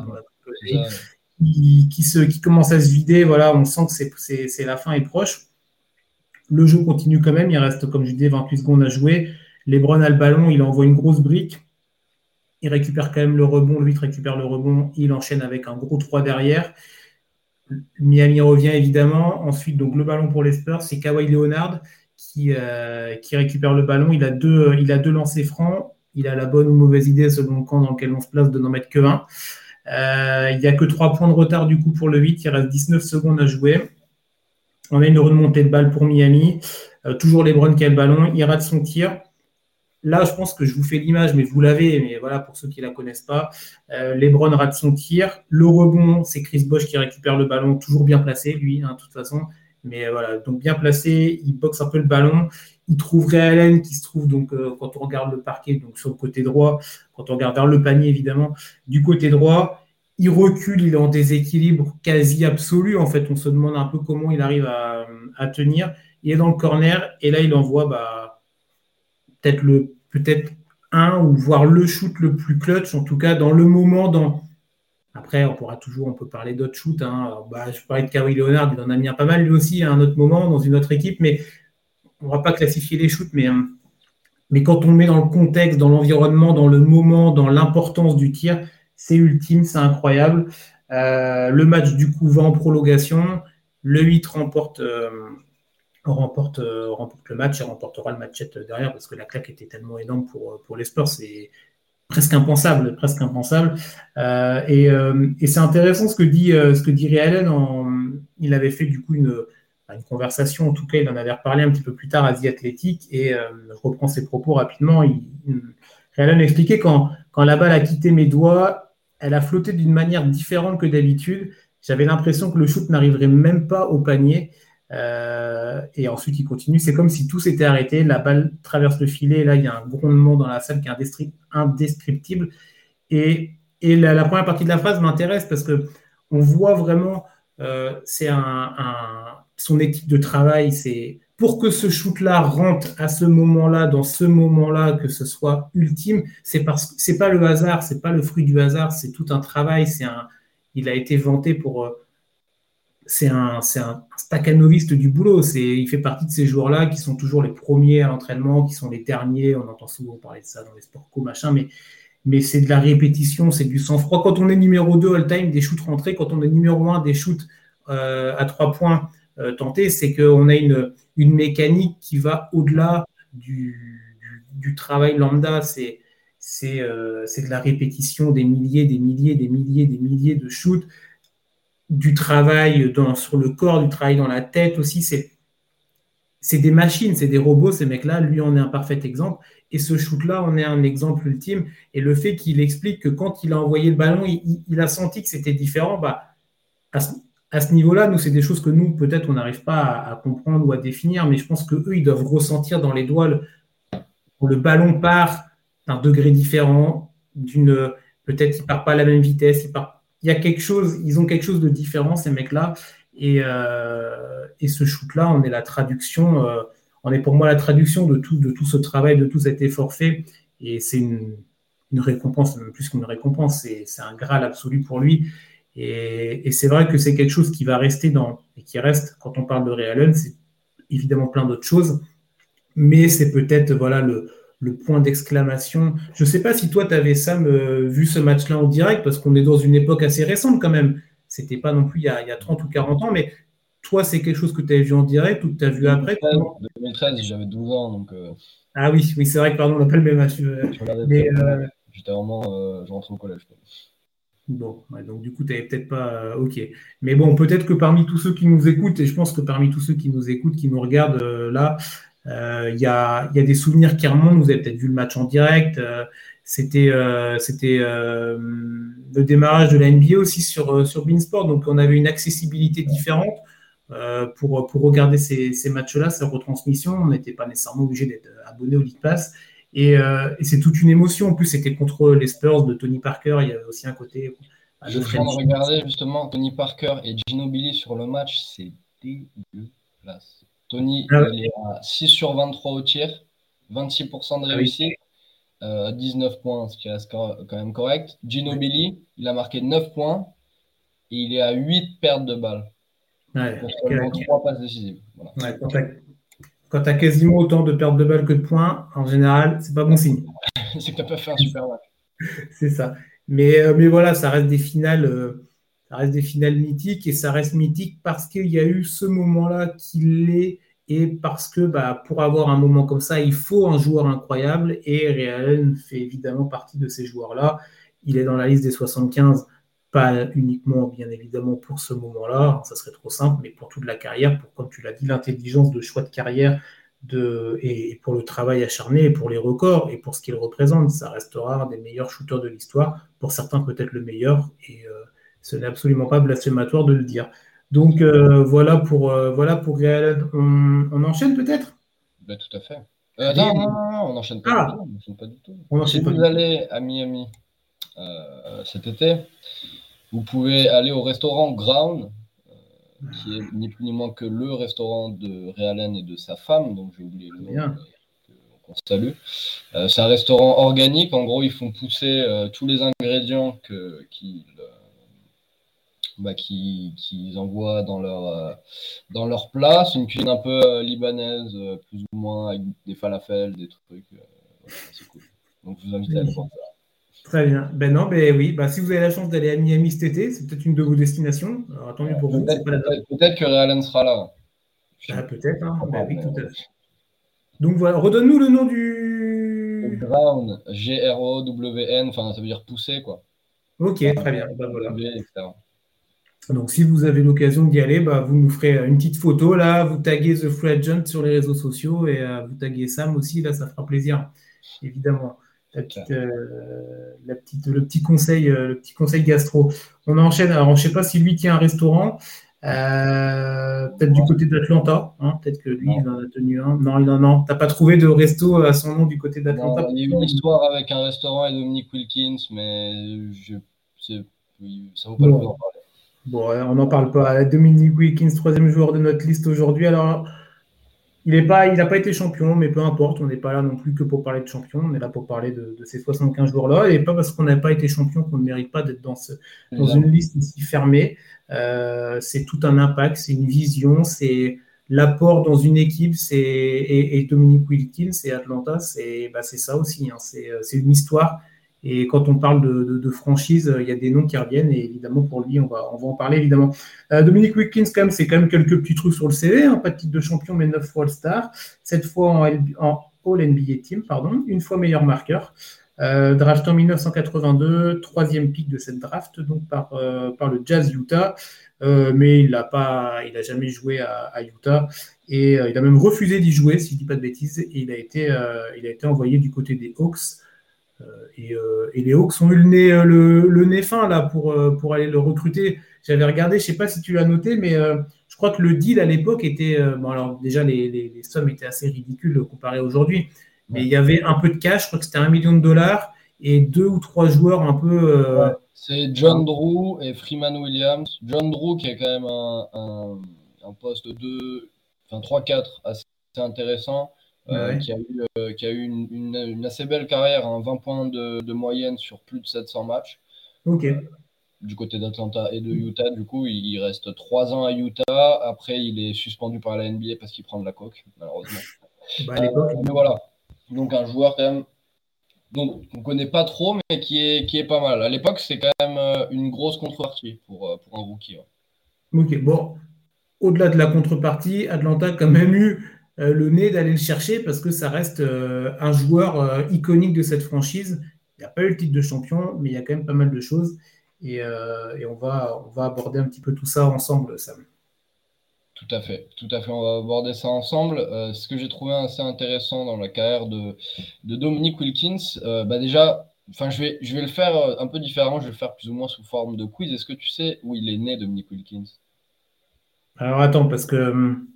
qui commence à se vider. Voilà, on sent que c'est la fin est proche. Le jeu continue quand même. Il reste, comme je disais, 28 secondes à jouer. LeBron a le ballon, il envoie une grosse brique. Il récupère quand même le rebond. Lui, il récupère le rebond. Il enchaîne avec un gros 3 derrière. Miami revient évidemment. Ensuite, donc, le ballon pour les Spurs, c'est Kawhi Leonard qui récupère le ballon. Il a deux lancers francs. Il a la bonne ou mauvaise idée selon le camp dans lequel on se place de n'en mettre que 1. Il n'y a que 3 points de retard du coup pour le 8. Il reste 19 secondes à jouer. On a une remontée de balle pour Miami. Toujours LeBron qui a le ballon. Il rate son tir. Là, je pense que je vous fais l'image, mais vous l'avez. Mais voilà, pour ceux qui ne la connaissent pas, LeBron rate son tir. Le rebond, c'est Chris Bosh qui récupère le ballon, toujours bien placé, lui, de toute façon. Mais voilà, donc bien placé. Il boxe un peu le ballon. Il trouve Ray Allen qui se trouve, donc, quand on regarde le parquet, donc sur le côté droit, quand on regarde vers le panier, évidemment, du côté droit. Il recule, il est en déséquilibre quasi absolu. En fait, on se demande un peu comment il arrive à tenir. Il est dans le corner et là, il envoie peut-être un ou voire le shoot le plus clutch, en tout cas dans le moment. Après, on peut parler d'autres shoots. Je parlais de Kawhi Leonard, il en a mis un pas mal lui aussi à un autre moment dans une autre équipe, mais on ne va pas classifier les shoots. Mais quand on met dans le contexte, dans l'environnement, dans le moment, dans l'importance du tir, c'est ultime, c'est incroyable. Le match, du coup, va en prolongation. Le 8 remporte le match et remportera le match derrière parce que la claque était tellement énorme pour les Spurs. C'est presque impensable. Et c'est intéressant ce que dit Ray Allen. Il avait fait, du coup, une conversation. En tout cas, il en avait reparlé un petit peu plus tard à The Athletic. Et je reprends ses propos rapidement. Ray Allen expliquait quand la balle a quitté mes doigts, elle a flotté d'une manière différente que d'habitude. J'avais l'impression que le shoot n'arriverait même pas au panier. Et ensuite, il continue. C'est comme si tout s'était arrêté. La balle traverse le filet. Et là, il y a un grondement dans la salle qui est indescriptible. Et la première partie de la phrase m'intéresse parce qu'on voit vraiment c'est son équipe de travail. C'est pour que ce shoot-là rentre à ce moment-là, dans ce moment-là, que ce soit ultime, c'est parce que c'est pas le hasard, c'est pas le fruit du hasard, c'est tout un travail. Il a été vanté pour. C'est un stakhanoviste du boulot. Il fait partie de ces joueurs-là qui sont toujours les premiers à l'entraînement, qui sont les derniers. On entend souvent parler de ça dans les sports co, machin, mais c'est de la répétition, c'est du sang-froid. Quand on est numéro 2 all-time, des shoots rentrés, quand on est numéro 1 des shoots à 3 points tentés, c'est qu'on a une mécanique qui va au-delà du travail lambda. C'est de la répétition, des milliers de shoots, du travail sur le corps, du travail dans la tête aussi. C'est des machines, c'est des robots, ces mecs-là. Lui, on est un parfait exemple. Et ce shoot-là, on est un exemple ultime. Et le fait qu'il explique que quand il a envoyé le ballon, il a senti que c'était différent, à ce niveau-là, nous, c'est des choses que nous, peut-être, on n'arrive pas à comprendre ou à définir, mais je pense qu'eux, ils doivent ressentir dans les doigts le ballon part d'un degré différent, peut-être il part pas à la même vitesse, il y a quelque chose, ils ont quelque chose de différent, ces mecs-là. Et ce shoot-là, on est pour moi la traduction de tout ce travail, de tout cet effort fait. Et c'est une récompense, même plus qu'une récompense, c'est un graal absolu pour lui. Et c'est vrai que c'est quelque chose qui va rester et qui reste, quand on parle de Ray Allen, c'est évidemment plein d'autres choses, mais c'est peut-être le point d'exclamation. Je ne sais pas si toi, tu avais, Sam, vu ce match-là en direct, parce qu'on est dans une époque assez récente quand même. C'était pas non plus il y a 30 ou 40 ans, mais toi, c'est quelque chose que tu as vu en direct ou que tu as vu après? 2013, j'avais 12 ans. Donc, Ah oui, c'est vrai que pardon, on n'a pas le même âge. J'étais vraiment, je rentrais au collège. Bon, ouais, donc du coup, tu n'avais peut-être pas. Ok. Mais bon, peut-être que parmi tous ceux qui nous écoutent, et je pense que parmi tous ceux qui nous écoutent, qui nous regardent là, il y a des souvenirs qui remontent. Vous avez peut-être vu le match en direct. c'était le démarrage de la NBA aussi sur Beansport. Donc, on avait une accessibilité différente pour regarder ces matchs-là, ces retransmissions. On n'était pas nécessairement obligé d'être abonné au League Pass. Et c'est toute une émotion. En plus, c'était contre les Spurs de Tony Parker. Il y avait aussi un côté. Je viens de regarder justement Tony Parker et Ginobili sur le match. C'est dégueulasse. Tony, il est à 6 sur 23 au tir, 26% de réussite. 19 points, ce qui reste quand même correct. Ginobili, il a marqué 9 points et il est à 8 pertes de balles. Pour seulement 3 passes décisives. Voilà. Quand tu as quasiment autant de pertes de balles que de points, en général, c'est pas bon signe. C'est que tu n'as pas fait un super match. C'est ça. Mais voilà, ça reste des finales. Ça reste des finales mythiques et ça reste mythique parce qu'il y a eu ce moment-là qui l'est et parce que pour avoir un moment comme ça, il faut un joueur incroyable et Ray Allen fait évidemment partie de ces joueurs-là. Il est dans la liste des 75, pas uniquement bien évidemment pour ce moment-là, ça serait trop simple, mais pour toute la carrière, pour, comme tu l'as dit, l'intelligence de choix de carrière et pour le travail acharné, et pour les records et pour ce qu'il représente. Ça restera un des meilleurs shooters de l'histoire, pour certains peut-être le meilleur et ce n'est absolument pas blasphématoire de le dire. Donc voilà pour Ray Allen. On enchaîne peut-être? Tout à fait. Non, on n'enchaîne pas, du tout. Si vous allez à Miami cet été, vous pouvez aller au restaurant Ground, qui est ni plus ni moins que le restaurant de Ray Allen et de sa femme, donc j'ai oublié le nom, qu'on salue. C'est un restaurant organique. En gros, ils font pousser tous les ingrédients qu'ils envoient dans leur plat. C'est une cuisine un peu libanaise, plus ou moins, avec des falafels, des trucs. C'est cool. Donc, je vous invite à aller voir ça. Très bien. Oui. Si vous avez la chance d'aller à Miami cet été, c'est peut-être une de vos destinations. Alors, tant mieux pour vous. Peut-être que Ray Allen sera là. Peut-être. Oui, tout à fait. Donc voilà, redonne-nous le nom du. Ground, Grown, enfin ça veut dire pousser, quoi. Ok, très bien. Voilà. Etc. Donc, si vous avez l'occasion d'y aller, vous nous ferez une petite photo, là, vous taguez The Free Agent sur les réseaux sociaux et vous taguez Sam aussi, là, ça fera plaisir, évidemment. Le petit conseil gastro. On enchaîne. Alors, je ne sais pas si lui tient un restaurant, peut-être du côté d'Atlanta, hein, peut-être que lui, il en a tenu un. Non, tu n'as pas trouvé de resto à son nom du côté d'Atlanta? Il y a eu une histoire avec un restaurant et Dominique Wilkins, mais ça vaut pas le coup d'en parler. Bon, on n'en parle pas. Dominique Wilkins, troisième joueur de notre liste aujourd'hui. Alors, il n'a pas été champion, mais peu importe. On n'est pas là non plus que pour parler de champion. On est là pour parler de ces 75 joueurs-là. Et pas parce qu'on n'a pas été champion qu'on ne mérite pas d'être dans une liste aussi fermée. C'est tout un impact, c'est une vision, c'est l'apport dans une équipe. Et Dominique Wilkins et Atlanta, c'est ça aussi. Hein. C'est une histoire. Et quand on parle de franchise, il y a des noms qui reviennent. Et évidemment, pour lui, on va en parler, évidemment. Dominique Wilkins, c'est quand même quelques petits trucs sur le CV. Hein, pas de titre de champion, mais 9 fois All-Star. 7 fois en All-NBA Team, une fois meilleur marqueur. Draft en 1982, troisième pick de cette draft, donc par le Jazz Utah. Mais il n'a jamais joué à Utah. Et il a même refusé d'y jouer, si je ne dis pas de bêtises. Et il a été envoyé du côté des Hawks. Et les Hawks ont eu le nez fin là pour aller le recruter. J'avais regardé, je ne sais pas si tu l'as noté, mais je crois que le deal à l'époque était. Alors déjà, les sommes étaient assez ridicules comparées à aujourd'hui, mais il y avait un peu de cash, je crois que c'était $1 million et 2 ou 3 joueurs un peu. C'est John Drew et Freeman Williams. John Drew qui est quand même un poste 3-4 assez intéressant. Qui a eu une assez belle carrière, 20 points de moyenne sur plus de 700 matchs. Du côté d'Atlanta et de Utah, du coup, il reste 3 ans à Utah. Après, il est suspendu par la NBA parce qu'il prend de la coke, malheureusement. Mais voilà. Donc, un joueur quand même dont on ne connaît pas trop, mais qui est pas mal. À l'époque, c'est quand même une grosse contrepartie pour un rookie. Ouais. Ok, bon. Au-delà de la contrepartie, Atlanta a quand même eu le nez d'aller le chercher parce que ça reste un joueur iconique de cette franchise. Il n'y a pas eu le titre de champion, mais il y a quand même pas mal de choses. Et on va aborder un petit peu tout ça ensemble, Sam. Tout à fait, on va aborder ça ensemble. Ce que j'ai trouvé assez intéressant dans la carrière de Dominique Wilkins, déjà, Enfin, je vais le faire un peu différemment, je vais le faire plus ou moins sous forme de quiz. Est-ce que tu sais où il est né, Dominique Wilkins? Alors attends, parce que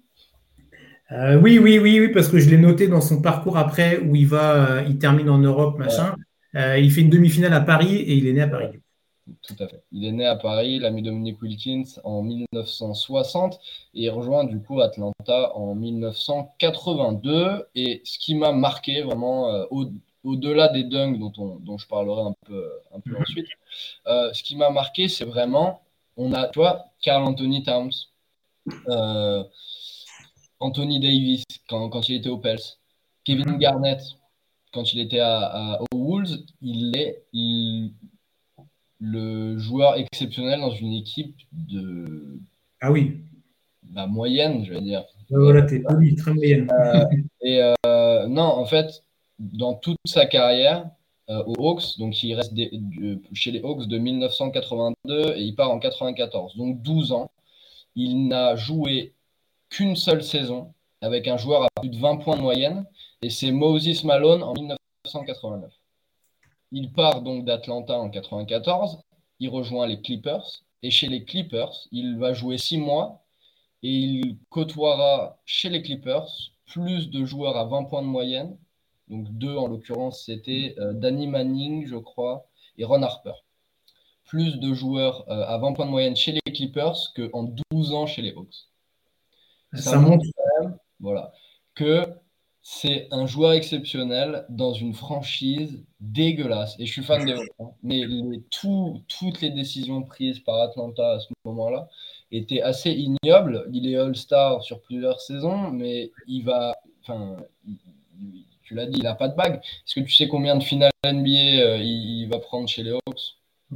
oui, parce que je l'ai noté dans son parcours après où il termine en Europe, Ouais, machin. Il fait une demi-finale à Paris et il est né à Paris. tout à fait. Il est né à Paris, l'ami Dominique Wilkins en 1960 et il rejoint du coup Atlanta en 1982. Et ce qui m'a marqué vraiment, au-delà des dunks dont je parlerai un peu ensuite, ce qui m'a marqué, c'est vraiment, on a, tu vois, Karl Anthony Towns, euh, Anthony Davis quand il était aux Pels, Kevin Mhm. Garnett quand il était aux Wolves, le joueur exceptionnel dans une équipe de Ah oui. moyenne, je vais dire. Mais, Voilà, t'es poli, très moyenne. non, en fait, dans toute sa carrière aux Hawks, donc il reste chez les Hawks de 1982 et il part en 94, donc 12 ans. Il n'a joué qu'une seule saison avec un joueur à plus de 20 points de moyenne et c'est Moses Malone en 1989. Il part donc d'Atlanta en 94, il rejoint les Clippers et chez les Clippers, il va jouer 6 mois et il côtoiera chez les Clippers plus de joueurs à 20 points de moyenne. Donc deux en l'occurrence, c'était Danny Manning, je crois, et Ron Harper. Plus de joueurs à 20 points de moyenne chez les Clippers qu'en 12 ans chez les Hawks. Ça Ça monte. montre voilà, que c'est un joueur exceptionnel dans une franchise dégueulasse. Et je suis fan des Hawks, hein. Mais toutes les décisions prises par Atlanta à ce moment-là étaient assez ignobles. Il est All-Star sur plusieurs saisons, mais enfin, tu l'as dit, il n'a pas de bague. Est-ce que tu sais combien de finales NBA il va prendre chez les Hawks?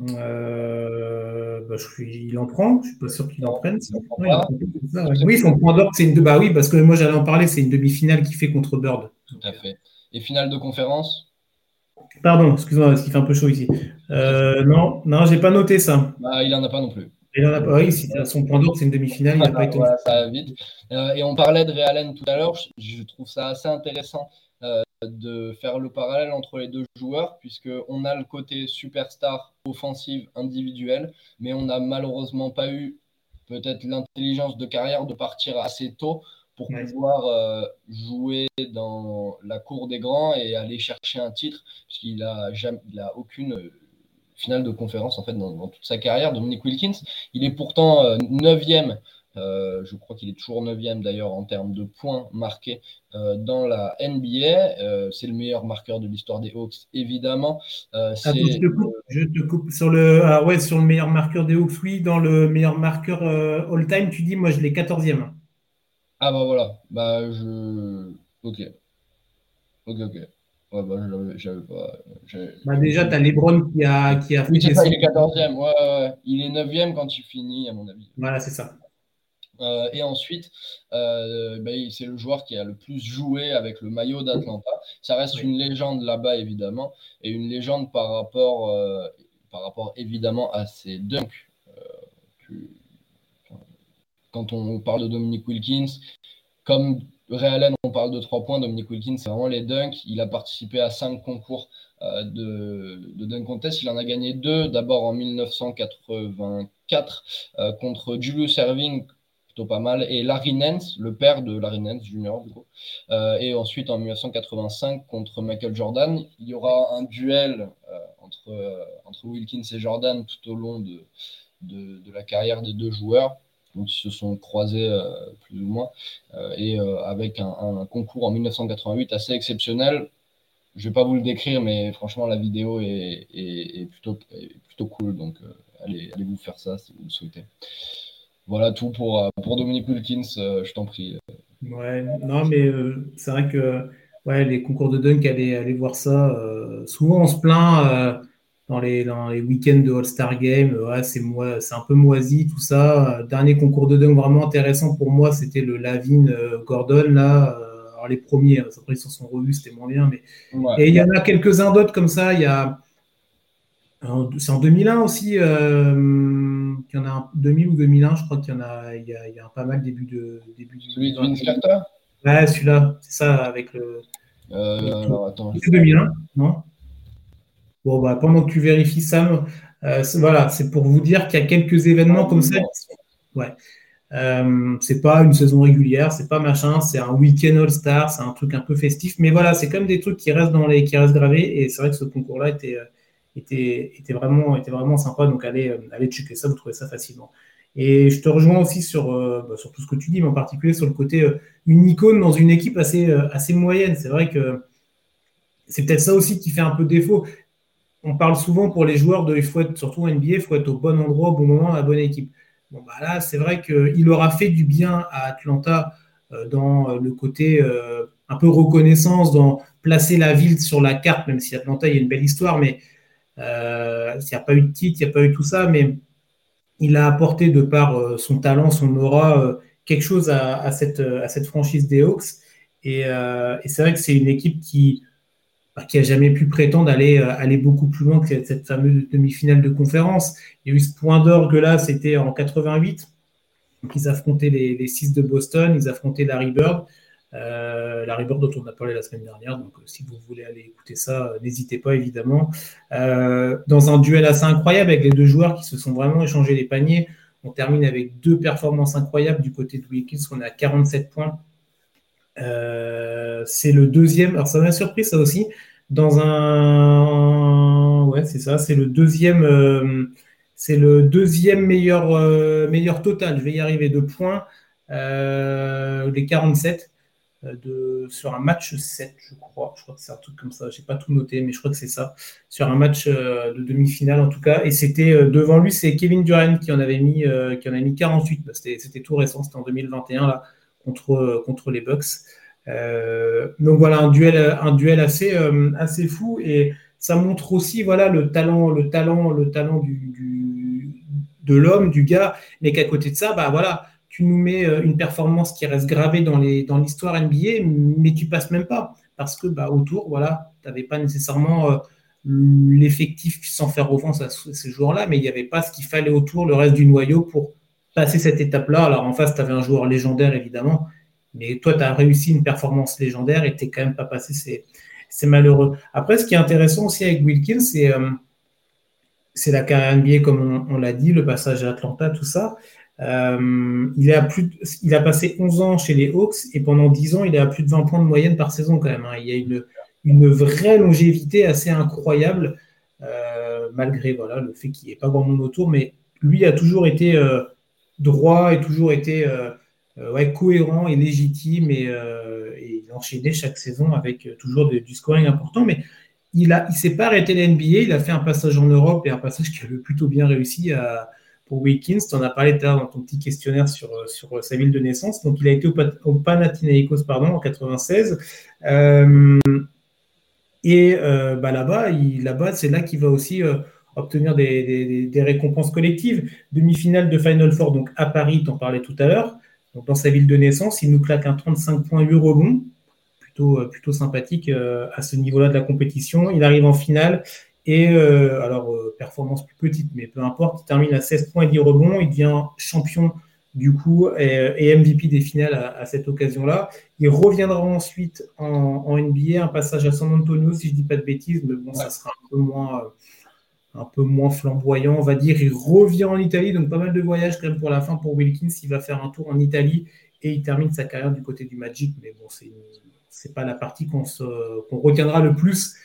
Il en prend, je suis pas sûr qu'il en Non, prenne. il n'en prend Ouais, il en pas. prend plus que ça, Tu ouais. sais Oui, combien? son point d'or, c'est une. Bah oui, parce que moi j'allais en parler, c'est une demi-finale qu'il fait contre Bird. Tout à fait. Et finale de conférence? Pardon, excuse-moi, parce qu'il fait un peu chaud ici. Très chaud. Non, j'ai pas noté ça. Bah, il n'en a pas non plus. Il en a pas. Oui, si son point d'or, c'est une demi-finale, il n'a pas été. Voilà, ça va vite. Et on parlait de Ray Allen tout à l'heure. Je trouve ça assez intéressant de faire le parallèle entre les deux joueurs, puisqu'on a le côté superstar offensive individuelle, mais on n'a malheureusement pas eu peut-être l'intelligence de carrière de partir assez tôt pour Ouais. pouvoir jouer dans la cour des grands et aller chercher un titre, puisqu'il il a aucune finale de conférence en fait dans toute sa carrière. Dominique Wilkins, il est pourtant 9e. Je crois qu'il est toujours 9e d'ailleurs en termes de points marqués dans la NBA. C'est le meilleur marqueur de l'histoire des Hawks, évidemment. Attends, C'est je te coupe sur sur le meilleur marqueur des Hawks, oui, dans le meilleur marqueur all-time, tu dis, moi je l'ai 14e. Ah bah voilà. Bah je. Ok. Ok. Ouais, bah j'avais pas. Bah, Je me déjà, suis tu as LeBron qui a Oui, fait c'est des ça, il sauts. est 14e. Ouais, ouais, ouais. Il est 9e quand il finit, à mon avis. Voilà, c'est ça. Et ensuite, c'est le joueur qui a le plus joué avec le maillot d'Atlanta. Ça reste Oui. une légende là-bas, évidemment, et une légende par rapport évidemment à ses dunks. Que- Quand on parle de Dominique Wilkins, comme Ray Allen, on parle de 3 points, Dominique Wilkins, c'est vraiment les dunks. Il a participé à 5 concours de dunk contest. Il en a gagné 2, d'abord en 1984 contre Julius Erving, plutôt pas mal, et Larry Nance, le père de Larry Nance Jr. Du coup. Et ensuite en 1985 contre Michael Jordan. Il y aura un duel entre Wilkins et Jordan tout au long de la carrière des deux joueurs. Donc, ils se sont croisés plus ou moins, et avec un concours en 1988 assez exceptionnel. Je ne vais pas vous le décrire, mais franchement, la vidéo est plutôt cool. Donc, allez vous faire ça si vous le souhaitez. Voilà tout pour Dominique Wilkins, je t'en prie. Ouais, non, mais c'est vrai que ouais, les concours de dunk, allez voir ça. Souvent, on se plaint dans les week-ends de All-Star Game. Ouais, c'est un peu moisi, tout ça. Dernier concours de dunk vraiment intéressant pour moi, c'était le Lavine Gordon, là. Alors, les premiers, après, ils s'en sont revus, c'était moins bien. Ouais. Et il y en a quelques-uns d'autres comme ça. C'est en 2001 aussi, qu'il y en a 2000 ou 2001, je crois qu'il y en a, il y a un pas mal début du Celui de 20. Vince Carter? Ouais, celui-là, c'est ça, avec le. Alors, attends, C'est 2001, non? Bon, bah, pendant que tu vérifies, Sam, voilà, c'est pour vous dire qu'il y a quelques événements comme ça. Ouais. C'est pas une saison régulière, c'est pas machin, c'est un week-end All-Star, c'est un truc un peu festif, mais voilà, c'est comme des trucs qui restent gravés, et c'est vrai que ce concours-là était vraiment sympa, donc allez checker ça, vous trouvez ça facilement. Et je te rejoins aussi sur tout ce que tu dis, mais en particulier sur le côté une icône dans une équipe assez moyenne. C'est vrai que c'est peut-être ça aussi qui fait un peu défaut. On parle souvent pour les joueurs il faut être, surtout en NBA, il faut être au bon endroit, au bon moment, à la bonne équipe. Bon, bah là, c'est vrai qu'il aura fait du bien à Atlanta dans le côté un peu reconnaissance, dans placer la ville sur la carte, même si Atlanta, il y a une belle histoire, mais il n'y a pas eu de titre, il n'y a pas eu tout ça, mais il a apporté de par son talent, son aura, quelque chose à cette franchise des Hawks. Et c'est vrai que c'est une équipe qui a jamais pu prétendre aller beaucoup plus loin que cette fameuse demi-finale de conférence. Il y a eu ce point d'orgue là, c'était en 88. Donc ils affrontaient les Six de Boston, ils affrontaient Larry Bird dont on a parlé la semaine dernière. Donc si vous voulez aller écouter ça, n'hésitez pas évidemment. Dans un duel assez incroyable avec les deux joueurs qui se sont vraiment échangés les paniers. On termine avec deux performances incroyables du côté de Wilkins, on est à 47 points. C'est le deuxième. Alors ça m'a surpris ça aussi. Ouais, c'est ça. C'est le deuxième meilleur total. Je vais y arriver de points. Les 47 sur un match 7, je crois. Je crois que c'est un truc comme ça. J'ai pas tout noté, mais je crois que c'est ça. Sur un match de demi-finale en tout cas. Et c'était devant lui, c'est Kevin Durant qui en a mis 48. Bah, c'était tout récent. C'était en 2021 là contre les Bucks. Donc voilà, un duel assez fou, et ça montre aussi voilà le talent de l'homme, du gars, mais qu'à côté de ça, bah voilà, tu nous mets une performance qui reste gravée dans l'histoire NBA, mais tu passes même pas parce que bah autour, voilà, tu n'avais pas nécessairement l'effectif sans faire offense à ces joueurs-là, mais il n'y avait pas ce qu'il fallait autour, le reste du noyau pour passer cette étape-là. Alors en face, tu avais un joueur légendaire évidemment, mais toi, tu as réussi une performance légendaire et tu n'es quand même pas passé. C'est malheureux. Après, ce qui est intéressant aussi avec Wilkins, c'est la carrière NBA, comme on l'a dit, le passage à Atlanta, tout ça. Il a passé 11 ans chez les Hawks et pendant 10 ans, il est à plus de 20 points de moyenne par saison quand même, hein. Il y a une vraie longévité assez incroyable, malgré voilà, le fait qu'il n'y ait pas grand monde autour, mais lui a toujours été droit et toujours été ouais, cohérent et légitime, et il enchaînait chaque saison avec toujours du scoring important, mais il s'est pas arrêté la NBA, il a fait un passage en Europe et un passage qui avait plutôt bien réussi pour Wilkins. Tu en as parlé tout à l'heure dans ton petit questionnaire sur sa ville de naissance. Donc, il a été au Panathinaikos en 96. Bah, là-bas, c'est là qu'il va aussi obtenir des récompenses collectives. Demi-finale de Final Four, donc à Paris, tu en parlais tout à l'heure. Donc, dans sa ville de naissance, il nous claque un 35,8 rebonds. Plutôt sympathique à ce niveau-là de la compétition. Il arrive en finale et performance plus petite, mais peu importe, il termine à 16 points et 10 rebonds. Il devient champion du coup et MVP des finales à cette occasion-là. Il reviendra ensuite en NBA, un passage à San Antonio, si je ne dis pas de bêtises, mais bon, ça sera un peu moins flamboyant, on va dire. Il revient en Italie, donc pas mal de voyages quand même pour la fin pour Wilkins. Il va faire un tour en Italie et il termine sa carrière du côté du Magic, mais bon, c'est pas la partie qu'on retiendra le plus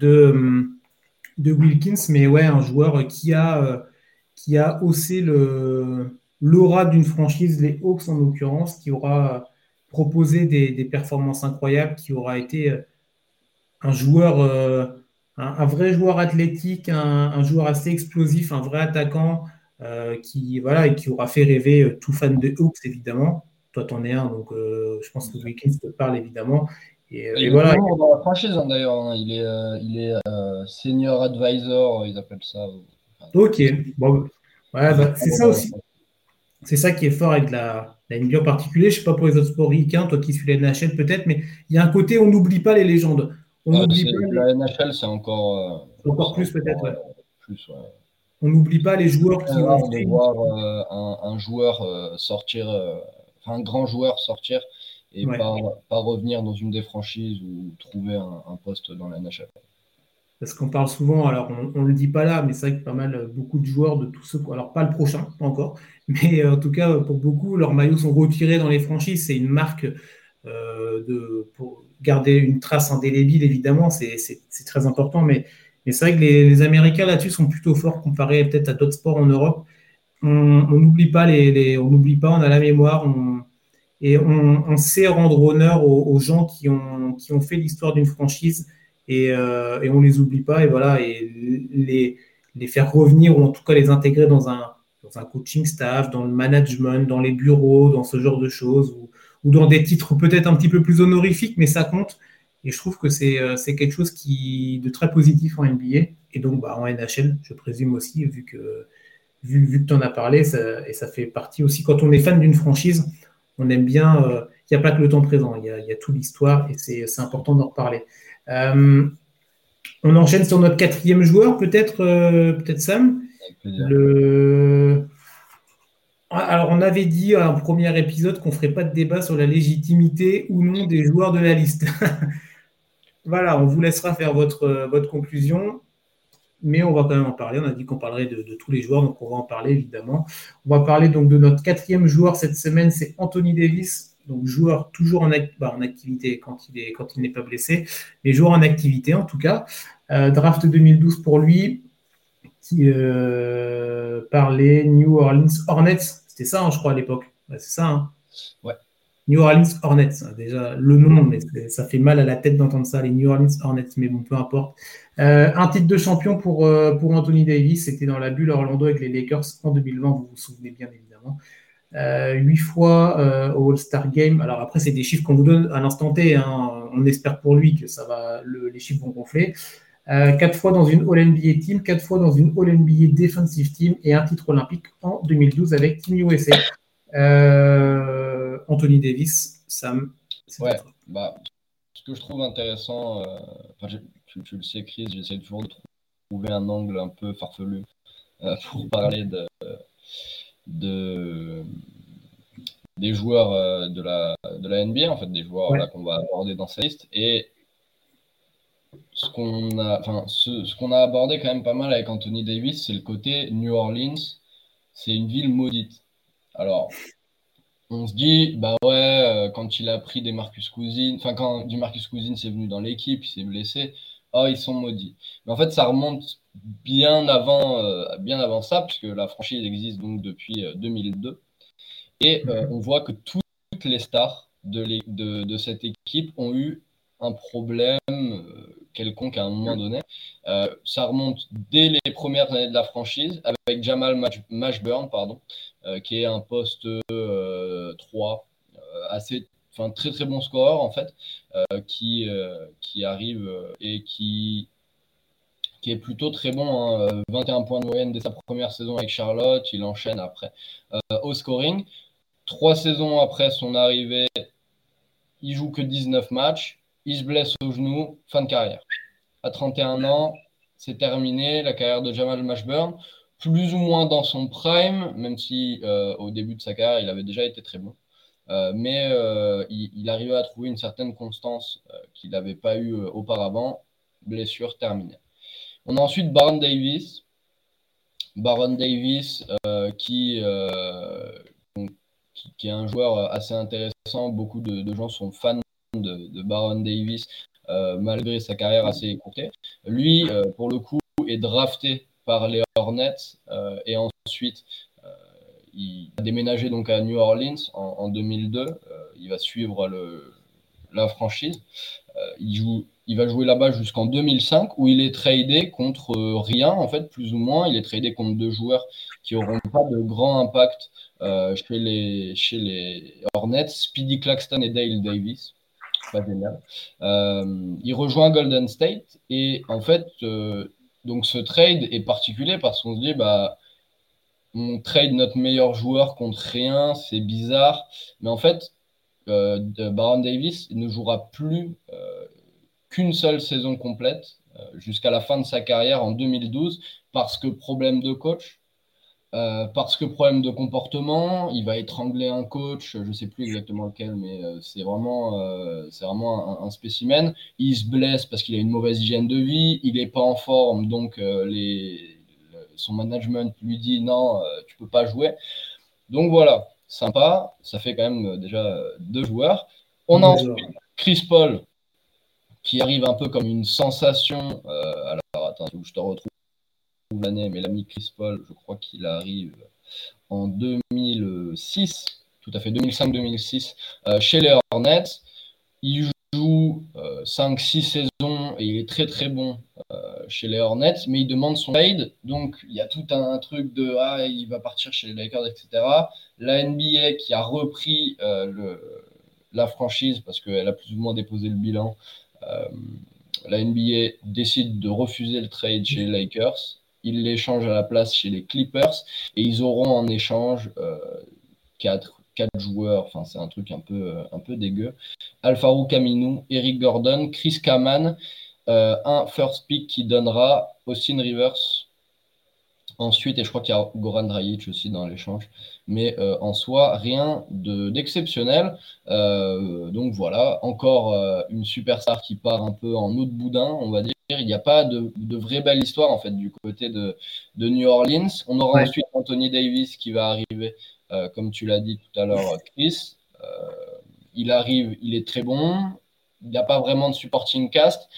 de Wilkins, mais ouais, un joueur qui a haussé l'aura d'une franchise, les Hawks en l'occurrence, qui aura proposé des performances incroyables, qui aura été un joueur, un vrai joueur athlétique, un joueur assez explosif, un vrai attaquant voilà, et qui aura fait rêver tout fan de Hawks, évidemment. Toi, t'en es un, donc je pense que Wilkins te parle évidemment. Et Il est voilà. toujours dans la franchise hein, d'ailleurs. Hein. Il est senior advisor, ils appellent ça. Enfin, Ok, bon, ouais, il est bah, c'est toujours ça dans la aussi. C'est ça qui est fort avec la NBA en particulier. Je ne sais pas pour les autres sports ricains, toi qui suis la NHL peut-être, mais il y a un côté, on n'oublie pas les légendes. On n'oublie pas La NHL, c'est encore plus peut-être. Ouais. plus. Ouais. On n'oublie pas les joueurs C'est qui ont rare de fait. voir un joueur sortir, un grand joueur sortir et Ouais. pas revenir dans une des franchises ou trouver un poste dans la NHL. Parce qu'on parle souvent, alors on ne le dit pas là, mais c'est vrai que pas mal, beaucoup de joueurs de tous ceux, alors pas le prochain, pas encore, mais en tout cas pour beaucoup, leurs maillots sont retirés dans les franchises. C'est une marque pour garder une trace indélébile, évidemment, c'est très important. Mais c'est vrai que les Américains là-dessus sont plutôt forts comparé peut-être à d'autres sports en Europe. On n'oublie pas on n'oublie pas, on a la mémoire, et on sait rendre honneur aux gens qui ont fait l'histoire d'une franchise et on les oublie pas et voilà et les faire revenir ou en tout cas les intégrer dans un coaching staff, dans le management, dans les bureaux, dans ce genre de choses ou dans des titres peut-être un petit peu plus honorifiques, mais ça compte. Et je trouve que c'est quelque chose de très positif en NBA et donc bah, en NHL, je présume aussi, vu que tu en as parlé, et ça fait partie aussi, quand on est fan d'une franchise, on aime bien, il n'y a pas que le temps présent, il y a toute l'histoire et c'est important d'en reparler. Euh, on enchaîne sur notre quatrième joueur, peut-être Sam. Avec plaisir. Alors, on avait dit à un premier épisode qu'on ne ferait pas de débat sur la légitimité ou non des joueurs de la liste. Voilà, on vous laissera faire votre conclusion. Mais on va quand même en parler. On a dit qu'on parlerait de tous les joueurs, donc on va en parler évidemment. On va parler donc de notre quatrième joueur cette semaine, c'est Anthony Davis, donc joueur toujours en activité quand il n'est pas blessé, mais joueur en activité en tout cas. Draft 2012 pour lui, qui par les New Orleans Hornets. C'était ça, hein, je crois, à l'époque. Ouais, c'est ça, hein. Ouais. New Orleans Hornets, hein, déjà le nom, mais ça fait mal à la tête d'entendre ça, les New Orleans Hornets, mais bon, peu importe. Un titre de champion pour Anthony Davis, c'était dans la bulle Orlando avec les Lakers en 2020, vous vous souvenez bien évidemment. 8 fois au All-Star Game. Alors après, c'est des chiffres qu'on vous donne à l'instant T, hein. On espère pour lui que les chiffres vont gonfler. 4 fois dans une All-NBA Team, 4 fois dans une All-NBA Defensive Team et un titre olympique en 2012 avec Team USA. Anthony Davis, Sam, c'est Ouais, à toi. bah, ce que je trouve intéressant, tu le sais, Chris, j'essaie toujours de trouver un angle un peu farfelu pour parler de, des joueurs de la NBA, en fait, des joueurs Ouais. là, qu'on va aborder dans cette liste. Et ce qu'on a abordé quand même pas mal avec Anthony Davis, c'est le côté New Orleans. C'est une ville maudite. Alors, on se dit, bah ouais, quand il a pris des Marcus Cousins, enfin, quand du Marcus Cousins est venu dans l'équipe, il s'est blessé, oh, ils sont maudits. Mais en fait, ça remonte bien avant ça, puisque la franchise existe donc depuis 2002. Et on voit que toutes les stars de cette équipe ont eu un problème quelconque à un moment donné. Ça remonte dès les premières années de la franchise avec Jamal Mashburn, pardon, qui est un poste 3, très très bon scoreur en fait, qui arrive et qui est plutôt très bon, hein, 21 points de moyenne dès sa première saison avec Charlotte, il enchaîne après au scoring. 3 saisons après son arrivée, il joue que 19 matchs, il se blesse au genou, fin de carrière. À 31 ans, c'est terminé, la carrière de Jamal Mashburn, plus ou moins dans son prime, même si au début de sa carrière, il avait déjà été très bon. Mais il arrivait à trouver une certaine constance qu'il n'avait pas eu auparavant. Blessure terminée. On a ensuite Baron Davis. Baron Davis qui est un joueur assez intéressant. Beaucoup de gens sont fans de Baron Davis, malgré sa carrière assez écourtée. Lui, pour le coup, est drafté par les Hornets et ensuite il a déménagé donc à New Orleans en 2002. Il va suivre la franchise. Il va jouer là-bas jusqu'en 2005 où il est tradé contre rien, en fait, plus ou moins. Il est tradé contre 2 joueurs qui n'auront pas de grand impact chez les Hornets, Speedy Claxton et Dale Davis. Pas génial. Il rejoint Golden State et en fait, donc ce trade est particulier parce qu'on se dit, bah, on trade notre meilleur joueur contre rien, c'est bizarre. Mais en fait, Baron Davis ne jouera plus qu'une seule saison complète jusqu'à la fin de sa carrière en 2012 parce que problème de coach. Parce que problème de comportement, il va étrangler un coach, je ne sais plus exactement lequel, mais c'est vraiment un spécimen. Il se blesse parce qu'il a une mauvaise hygiène de vie, il n'est pas en forme, donc son management lui dit non, tu peux pas jouer. Donc voilà, sympa, ça fait quand même déjà 2 joueurs. On a ensuite Chris Paul qui arrive un peu comme une sensation. Alors attends, je te retrouve l'année, mais l'ami Chris Paul, je crois qu'il arrive en 2006, tout à fait 2005-2006, chez les Hornets. Il joue 5-6 saisons et il est très très bon chez les Hornets, mais il demande son trade. Donc il y a tout un truc de il va partir chez les Lakers, etc. La NBA qui a repris la franchise parce qu'elle a plus ou moins déposé le bilan. La NBA décide de refuser le trade chez les Lakers. Ils l'échangent à la place chez les Clippers et ils auront en échange 4 joueurs. Enfin, c'est un truc un peu dégueu. Al-Farouq Aminu, Eric Gordon, Chris Kaman, un first pick qui donnera Austin Rivers ensuite, et je crois qu'il y a Goran Dragic aussi dans l'échange. Mais en soi, rien d'exceptionnel. Donc voilà, encore une superstar qui part un peu en eau de boudin, on va dire. Il n'y a pas de vraie belle histoire en fait du côté de New Orleans. On aura ensuite Anthony Davis qui va arriver, comme tu l'as dit tout à l'heure, Chris. Il arrive, il est très bon. Il n'y a pas vraiment de supporting cast.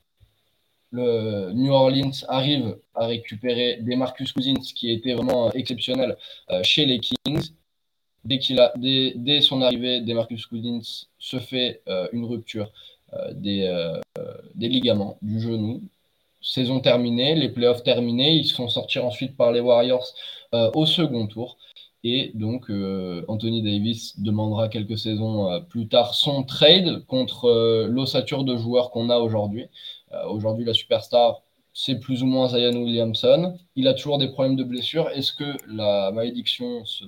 Le New Orleans arrive à récupérer DeMarcus Cousins, qui était vraiment exceptionnel chez les Kings. Dès son arrivée, DeMarcus Cousins se fait une rupture des ligaments du genou. Saison terminée, les playoffs terminés, ils se font sortir ensuite par les Warriors au second tour. Et donc, Anthony Davis demandera quelques saisons plus tard son trade contre l'ossature de joueurs qu'on a aujourd'hui. Aujourd'hui, la superstar, c'est plus ou moins Zion Williamson. Il a toujours des problèmes de blessure. Est-ce que la malédiction se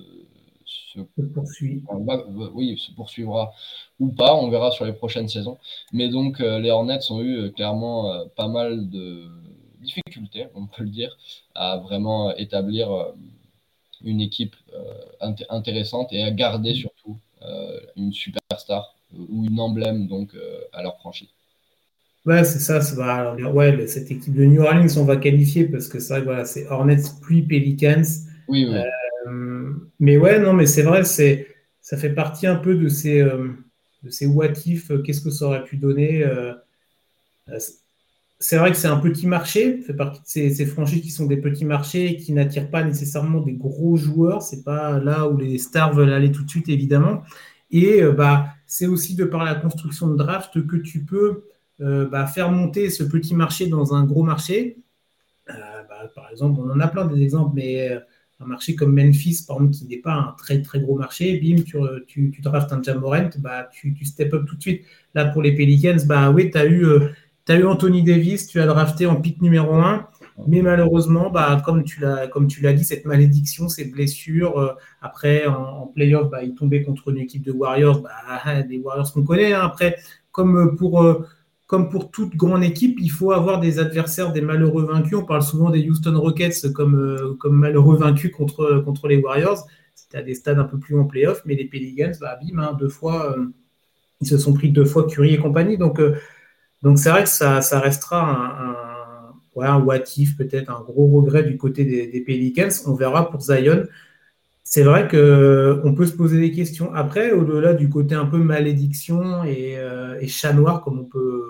poursuivra ou pas? On verra sur les prochaines saisons. Mais donc, les Hornets ont eu clairement pas mal de difficultés, on peut le dire, à vraiment établir une équipe intéressante et à garder surtout une superstar ou une emblème donc à leur franchise. Ouais, c'est ça. Cette équipe de New Orleans, on va qualifier parce que c'est vrai que voilà, c'est Hornets puis Pelicans. Oui. Mais ouais, non, mais c'est vrai, ça fait partie un peu de ces what if, qu'est-ce que ça aurait pu donner. C'est vrai que c'est un petit marché, fait partie de ces franchises qui sont des petits marchés et qui n'attirent pas nécessairement des gros joueurs. C'est pas là où les stars veulent aller tout de suite, évidemment. Et c'est aussi de par la construction de draft que tu peux faire monter ce petit marché dans un gros marché. Par exemple, on en a plein des exemples, mais un marché comme Memphis, par exemple, qui n'est pas un très très gros marché, bim, tu draftes un Ja Morant, tu step up tout de suite. Là, pour les Pelicans, oui, tu as eu Anthony Davis, tu as drafté en pick numéro 1, mais malheureusement, comme tu l'as dit, cette malédiction, ces blessures, après, en playoff, il tombait contre une équipe de Warriors, des Warriors qu'on connaît. Hein. Après, comme pour toute grande équipe, il faut avoir des adversaires, des malheureux vaincus. On parle souvent des Houston Rockets comme malheureux vaincus contre les Warriors. C'était à des stades un peu plus en playoff, mais les Pelicans, bim, 2 fois, ils se sont pris 2 fois Curry et compagnie. Donc c'est vrai que ça restera un what if, peut-être un gros regret du côté des Pelicans. On verra pour Zion. C'est vrai qu'on peut se poser des questions. Après, au-delà du côté un peu malédiction et chat noir, comme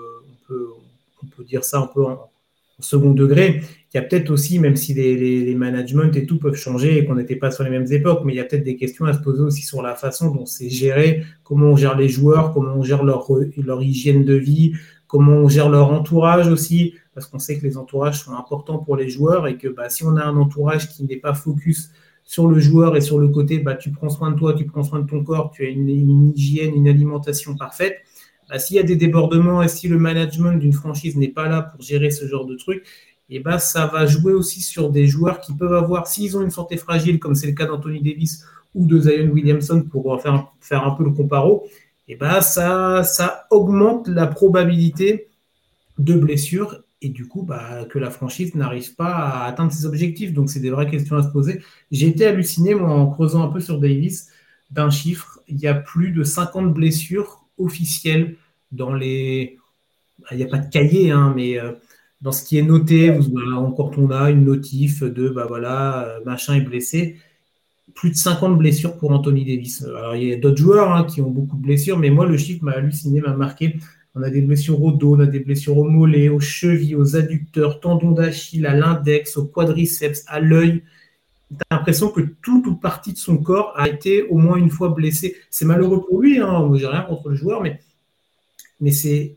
on peut dire ça un peu en second degré, il y a peut-être aussi, même si les managements et tout peuvent changer et qu'on n'était pas sur les mêmes époques, mais il y a peut-être des questions à se poser aussi sur la façon dont c'est géré, comment on gère les joueurs, comment on gère leur hygiène de vie, comment on gère leur entourage aussi, parce qu'on sait que les entourages sont importants pour les joueurs et que si on a un entourage qui n'est pas focus sur le joueur et sur le côté, tu prends soin de toi, tu prends soin de ton corps, tu as une hygiène, une alimentation parfaite. S'il y a des débordements et si le management d'une franchise n'est pas là pour gérer ce genre de trucs, ça va jouer aussi sur des joueurs qui peuvent avoir, s'ils ont une santé fragile, comme c'est le cas d'Anthony Davis ou de Zion Williamson pour faire un peu le comparo, ça augmente la probabilité de blessure et du coup, que la franchise n'arrive pas à atteindre ses objectifs. Donc, c'est des vraies questions à se poser. J'ai été halluciné, moi, en creusant un peu sur Davis, d'un chiffre. Il y a plus de 50 blessures officielles dans les... Il n'y a pas de cahier, hein, mais dans ce qui est noté, quand on a une notif de, machin est blessé, plus de 50 blessures pour Anthony Davis. Alors, il y a d'autres joueurs qui ont beaucoup de blessures, mais moi, le chiffre m'a halluciné, m'a marqué. On a des blessures au dos, on a des blessures au mollet, aux chevilles, aux adducteurs, tendons d'Achille, à l'index, au quadriceps, à l'œil. Tu as l'impression que toute partie de son corps a été au moins une fois blessée. C'est malheureux pour lui, moi, j'ai rien contre le joueur, mais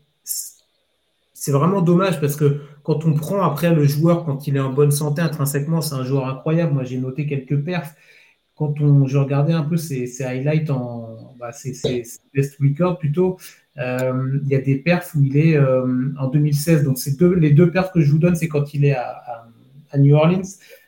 c'est vraiment dommage parce que quand on prend après le joueur, quand il est en bonne santé intrinsèquement, c'est un joueur incroyable. Moi, j'ai noté quelques perfs. Je regardais un peu ses highlights ses best records plutôt, il y a des perfs où il est en 2016. Donc, les deux perfs que je vous donne, c'est quand il est à New Orleans.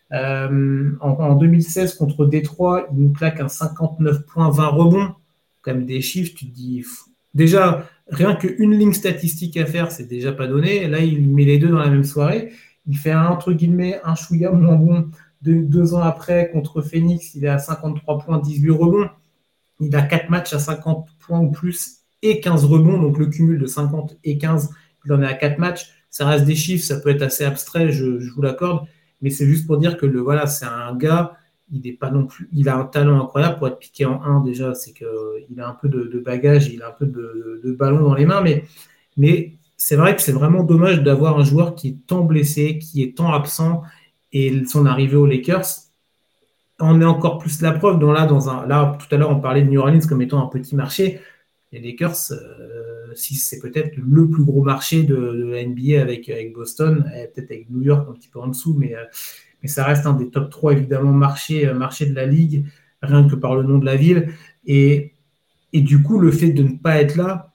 En 2016, contre Détroit, il nous claque un 59 points, 20 rebonds. Quand même des chiffres, tu te dis... Déjà, rien qu'une ligne statistique à faire, c'est déjà pas donné. Là, il met les deux dans la même soirée. Il fait entre guillemets un chouïa moins bon. 2 ans après, contre Phoenix, il est à 53 points, 18 rebonds. Il a 4 matchs à 50 points ou plus et 15 rebonds. Donc, le cumul de 50 et 15, il en est à 4 matchs. Ça reste des chiffres, ça peut être assez abstrait, je vous l'accorde. Mais c'est juste pour dire que c'est un gars, il n'est pas non plus, il a un talent incroyable pour être piqué en 1 déjà. C'est qu'il a un peu de bagage, il a un peu de ballon dans les mains. Mais c'est vrai que c'est vraiment dommage d'avoir un joueur qui est tant blessé, qui est tant absent. Et son arrivée aux Lakers en est encore plus la preuve. Là, tout à l'heure, on parlait de New Orleans comme étant un petit marché. Les Lakers, si c'est peut-être le plus gros marché de la NBA avec Boston, peut-être avec New York un petit peu en dessous, mais ça reste un des top 3, évidemment, marché de la Ligue, rien que par le nom de la ville. Et du coup, le fait de ne pas être là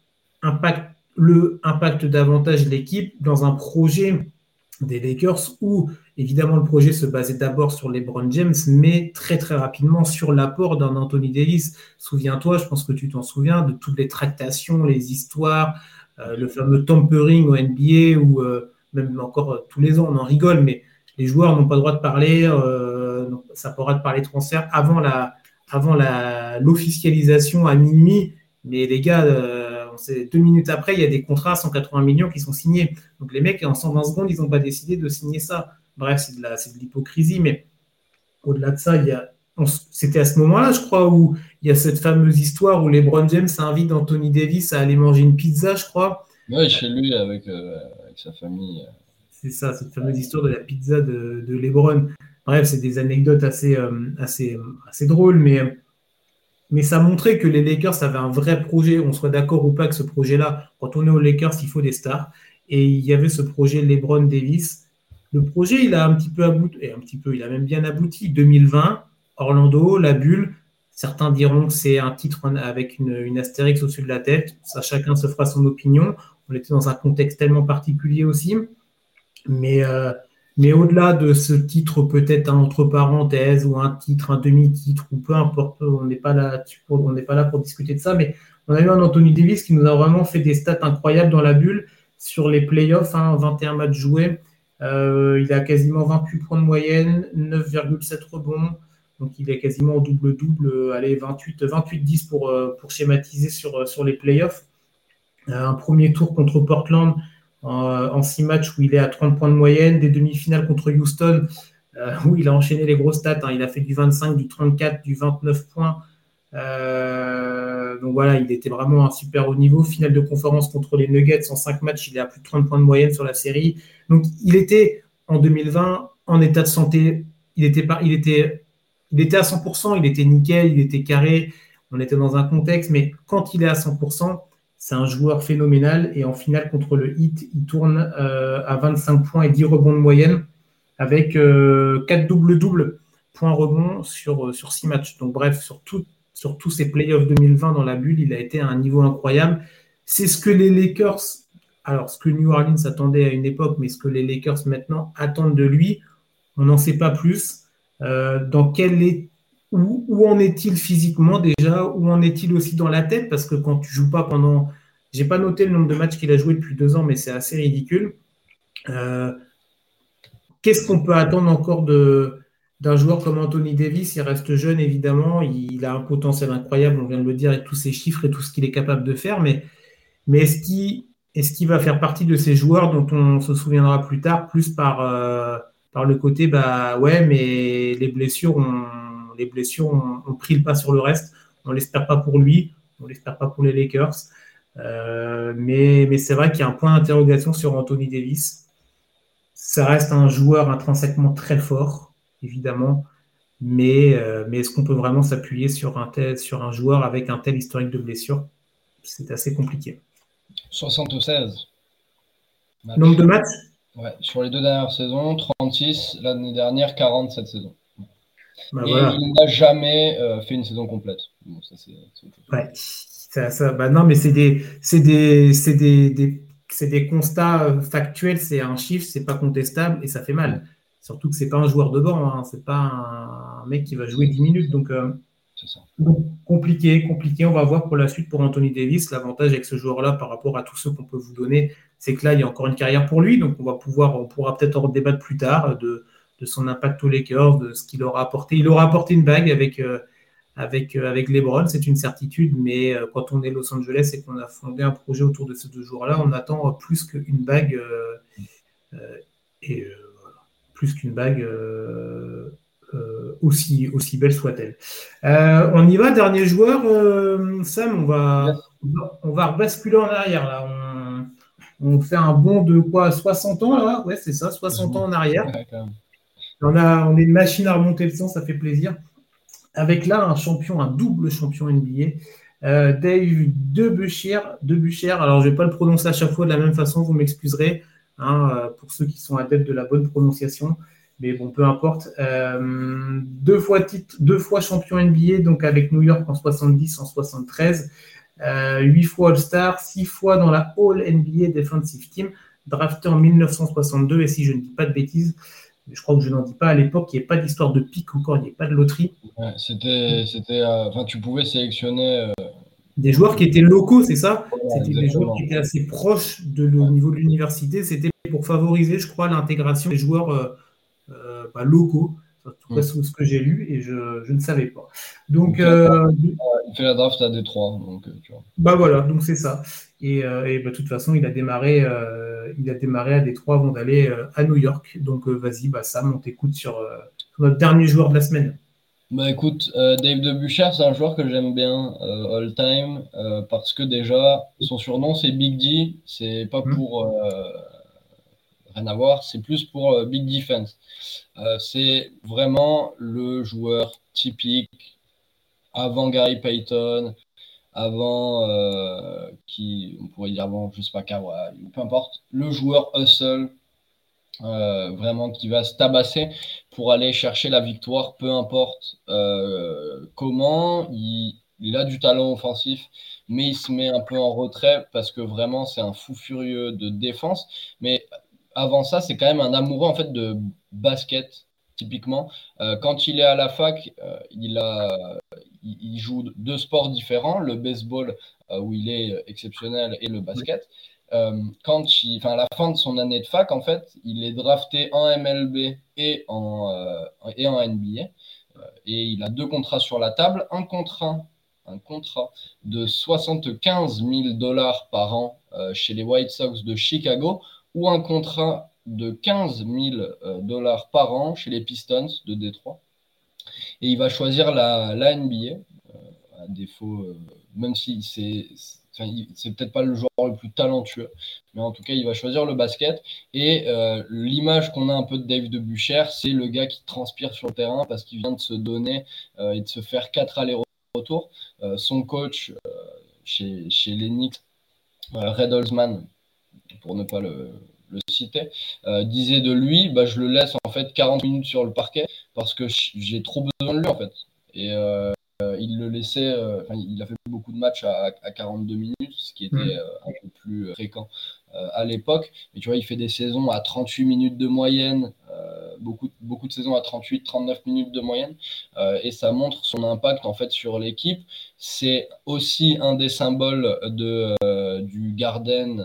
impacte davantage l'équipe dans un projet des Lakers où, évidemment, le projet se basait d'abord sur LeBron James, mais très, très rapidement sur l'apport d'un Anthony Davis. Souviens-toi, je pense que tu t'en souviens, de toutes les tractations, les histoires, le fameux tampering au NBA, où même encore tous les ans, on en rigole, mais les joueurs n'ont pas le droit de parler, ça n'a pas le droit de parler transfert avant l'officialisation à minuit. Mais les gars, 2 minutes après, il y a des contrats à 180 millions qui sont signés. Donc les mecs, en 120 secondes, ils n'ont pas décidé de signer ça. Bref, c'est de l'hypocrisie. Mais au-delà de ça, c'était à ce moment-là, je crois, où il y a cette fameuse histoire où LeBron James invite Anthony Davis à aller manger une pizza, je crois. Oui, chez lui, avec sa famille. C'est ça, cette fameuse histoire de la pizza de LeBron. Bref, c'est des anecdotes assez drôles, mais ça montrait que les Lakers avaient un vrai projet. On soit d'accord ou pas que ce projet-là, quand on est aux Lakers, il faut des stars. Et il y avait ce projet LeBron Davis. Le projet, il a un petit peu abouti, il a même bien abouti. 2020, Orlando, la bulle. Certains diront que c'est un titre avec une astérix au-dessus de la tête. Ça, chacun se fera son opinion. On était dans un contexte tellement particulier aussi. Mais au-delà de ce titre, peut-être entre parenthèses, ou un titre, un demi-titre, ou peu importe, on n'est pas là pour discuter de ça, mais on a eu un Anthony Davis qui nous a vraiment fait des stats incroyables dans la bulle sur les playoffs, 21 matchs joués. Il a quasiment 28 points de moyenne, 9,7 rebonds, donc il est quasiment au double-double, 28-10 pour schématiser sur les playoffs. Un premier tour contre Portland, en 6 matchs où il est à 30 points de moyenne, des demi-finales contre Houston où il a enchaîné les grosses stats, il a fait du 25, du 34, du 29 points, donc voilà, il était vraiment un super haut niveau. Finale de conférence contre les Nuggets, en 5 matchs il est à plus de 30 points de moyenne sur la série. Donc il était en 2020 en état de santé, il était à 100%, il était nickel, il était carré, on était dans un contexte, mais quand il est à 100%, c'est un joueur phénoménal. Et en finale contre le Heat, il tourne à 25 points et 10 rebonds de moyenne avec 4 double-double points rebonds sur 6 matchs. Donc bref, sur tous ces playoffs 2020 dans la bulle, il a été à un niveau incroyable. C'est ce que les Lakers, alors ce que New Orleans attendait à une époque, mais ce que les Lakers maintenant attendent de lui, on n'en sait pas plus. Où en est-il physiquement déjà? Où en est-il aussi dans la tête? Parce que quand tu joues pas pendant... J'ai pas noté le nombre de matchs qu'il a joué depuis 2 ans, mais c'est assez ridicule. Euh, Qu'est-ce qu'on peut attendre encore d'un joueur comme Anthony Davis? Il reste jeune, évidemment. Il a un potentiel incroyable, on vient de le dire, avec tous ses chiffres et tout ce qu'il est capable de faire. Mais est-ce qu'il va faire partie de ces joueurs dont on se souviendra plus tard, plus par le côté, bah ouais, mais les blessures ont pris le pas sur le reste. On l'espère pas pour lui, on l'espère pas pour les Lakers. Mais c'est vrai qu'il y a un point d'interrogation sur Anthony Davis. Ça reste un joueur intrinsèquement très fort, évidemment, mais est-ce qu'on peut vraiment s'appuyer sur un joueur avec un tel historique de blessure? C'est assez compliqué. 76 Nombre de matchs. matchs? Ouais, sur les 2 dernières saisons, 36, l'année dernière, 40 cette saison. Bah, Et voilà. il n'a jamais fait une saison complète. Bon, ça, c'est autre chose. Ouais. Bah non, mais c'est des constats factuels, c'est un chiffre, c'est pas contestable et ça fait Ouais, mal. Surtout que c'est pas un joueur de banc, hein, c'est pas un mec qui va jouer 10 minutes. c'est ça. Donc, compliqué, compliqué. On va voir pour la suite pour Anthony Davis. L'avantage avec ce joueur-là par rapport à tous ceux qu'on peut vous donner, c'est que là, il y a encore une carrière pour lui. Donc, on pourra peut-être en débattre plus tard de son impact aux Lakers, de ce qu'il aura apporté. Il aura apporté une bague avec LeBron, c'est une certitude. Mais quand on est Los Angeles et qu'on a fondé un projet autour de ces deux joueurs-là, on attend plus qu'une bague. Et voilà, plus qu'une bague. Aussi belle soit-elle. On y va, dernier joueur, Sam, Yes. on va rebasculer en arrière là. On fait un bond de quoi, 60 ans là? Ouais, c'est ça, 60 ans en arrière. Ouais, quand même. On est une machine à remonter le temps, ça fait plaisir. Avec là un double champion NBA, Dave Debuchère. Alors je ne vais pas le prononcer à chaque fois de la même façon, vous m'excuserez, hein, pour ceux qui sont adeptes de la bonne prononciation. Mais bon, peu importe. Deux fois champion NBA, donc avec New York en 70, en 73. 8 fois All-Star, 6 fois dans la All NBA Defensive Team, drafté en 1962. Et si je ne dis pas de bêtises, je crois que je n'en dis pas à l'époque, il n'y a pas d'histoire de pique encore, il n'y a pas de loterie. Ouais, enfin, tu pouvais sélectionner. Des joueurs qui étaient locaux, c'est ça? Voilà, C'était des joueurs qui exactement. étaient assez proches au Ouais, niveau de l'université. C'était pour favoriser, je crois, l'intégration des joueurs locaux. En tout cas, mm. c'est ce que j'ai lu et je ne savais pas. Donc, Il fait la draft à Détroit, donc tu vois. bah voilà, donc c'est ça. Et de toute façon, il a démarré à Détroit avant d'aller à New York. Donc, vas-y, bah, Sam, on t'écoute sur notre dernier joueur de la semaine. Bah écoute, Dave Debuchère, c'est un joueur que j'aime bien all time parce que déjà son surnom c'est Big D, c'est pas Hmm. pour rien à voir, c'est plus pour Big Defense. C'est vraiment le joueur typique avant Gary Payton, avant on pourrait dire avant, je sais pas Kawhi, peu importe, le joueur hustle vraiment qui va se tabasser pour aller chercher la victoire, peu importe comment. Il a du talent offensif, mais il se met un peu en retrait parce que vraiment c'est un fou furieux de défense. Mais avant ça, c'est quand même un amoureux en fait de basket. Typiquement, quand il est à la fac, il joue deux sports différents, le baseball où il est exceptionnel et le basket. À la fin de son année de fac, en fait, il est drafté en MLB et en NBA. Et il a deux contrats sur la table. Un contrat de 75 000 dollars par an chez les White Sox de Chicago ou un contrat de 15 000 dollars par an chez les Pistons de Détroit. Et il va choisir la NBA, à défaut, même si c'est peut-être pas le joueur le plus talentueux, mais en tout cas, il va choisir le basket. Et l'image qu'on a un peu de Dave Debuchère, c'est le gars qui transpire sur le terrain parce qu'il vient de se donner et de se faire 4 allers-retours. Son coach chez les Knicks, Red Holzman, pour ne pas le citer, disait de lui, bah, je le laisse en fait 40 minutes sur le parquet parce que j'ai trop besoin de lui en fait. Et il le laissait, il a fait beaucoup de matchs à 42 minutes, ce qui était Hmm. un peu plus fréquent à l'époque. Mais tu vois, il fait des saisons à 38 minutes de moyenne, beaucoup de saisons à 38-39 minutes de moyenne, et ça montre son impact en fait sur l'équipe. C'est aussi un des symboles du Garden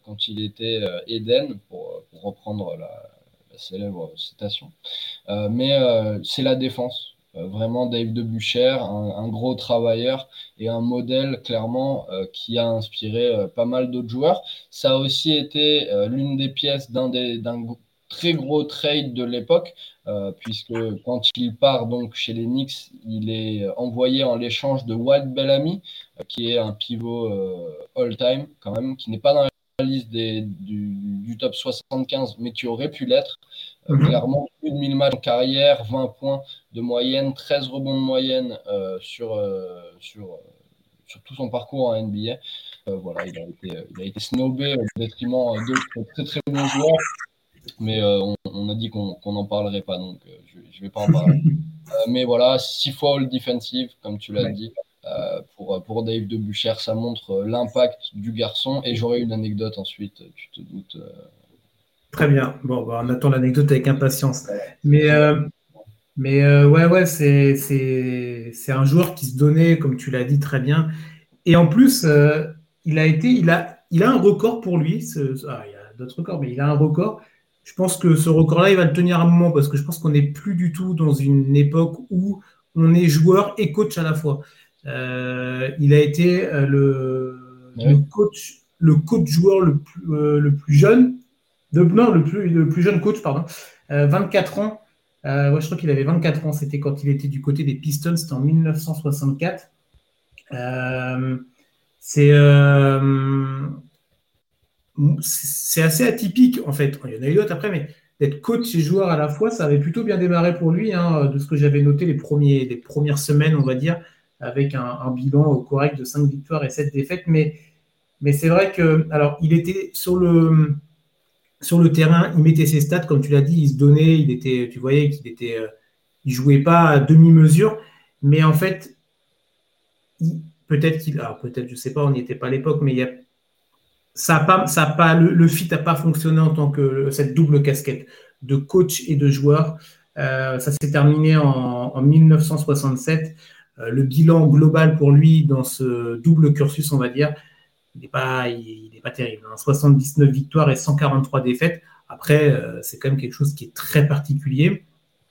quand il était Eden, pour reprendre la célèbre citation. Mais c'est la défense. Vraiment, Dave Debuchère, un gros travailleur et un modèle clairement qui a inspiré pas mal d'autres joueurs. Ça a aussi été l'une des pièces d'un très gros trade de l'époque, puisque quand il part donc chez les Knicks, il est envoyé en l'échange de Walt Bellamy, qui est un pivot all-time quand même, qui n'est pas dans la liste du top 75, mais qui aurait pu l'être. Clairement, plus de 1000 matchs en carrière, 20 points de moyenne, 13 rebonds de moyenne sur tout son parcours en NBA. Voilà, il a été snobé au détriment d'autres très très bons joueurs, mais on a dit qu'on n'en parlerait pas, donc je ne vais pas en parler. Mais voilà, 6 fois All Defensive, comme tu l'as dit. Pour Dave Debuchère, ça montre l'impact du garçon. Et j'aurai une anecdote ensuite, tu te doutes. Très bien. Bon, bah, on attend l'anecdote avec impatience. Mais ouais, c'est un joueur qui se donnait, comme tu l'as dit très bien. Et en plus, il a un record pour lui. Il y a d'autres records, mais il a un record. Je pense que ce record-là, il va le tenir un moment parce que je pense qu'on n'est plus du tout dans une époque où on est joueur et coach à la fois. Il a été le coach joueur le plus jeune, le plus jeune coach, pardon, 24 ans. Ouais, je crois qu'il avait 24 ans, c'était quand il était du côté des Pistons, c'était en 1964. C'est assez atypique, en fait. Il y en a eu d'autres après, mais d'être coach et joueur à la fois, ça avait plutôt bien démarré pour lui, hein, de ce que j'avais noté les premières semaines, on va dire, avec un bilan correct de 5 victoires et 7 défaites. Mais c'est vrai que, alors, il était sur le terrain, il mettait ses stats, comme tu l'as dit, il se donnait, tu voyais il jouait pas à demi-mesure, mais en fait, peut-être, je sais pas, on n'y était pas à l'époque, mais le fit n'a pas fonctionné en tant que cette double casquette de coach et de joueur. Ça s'est terminé en 1967. Le bilan global pour lui dans ce double cursus, on va dire, il n'est pas terrible. 79 victoires et 143 défaites. Après, c'est quand même quelque chose qui est très particulier.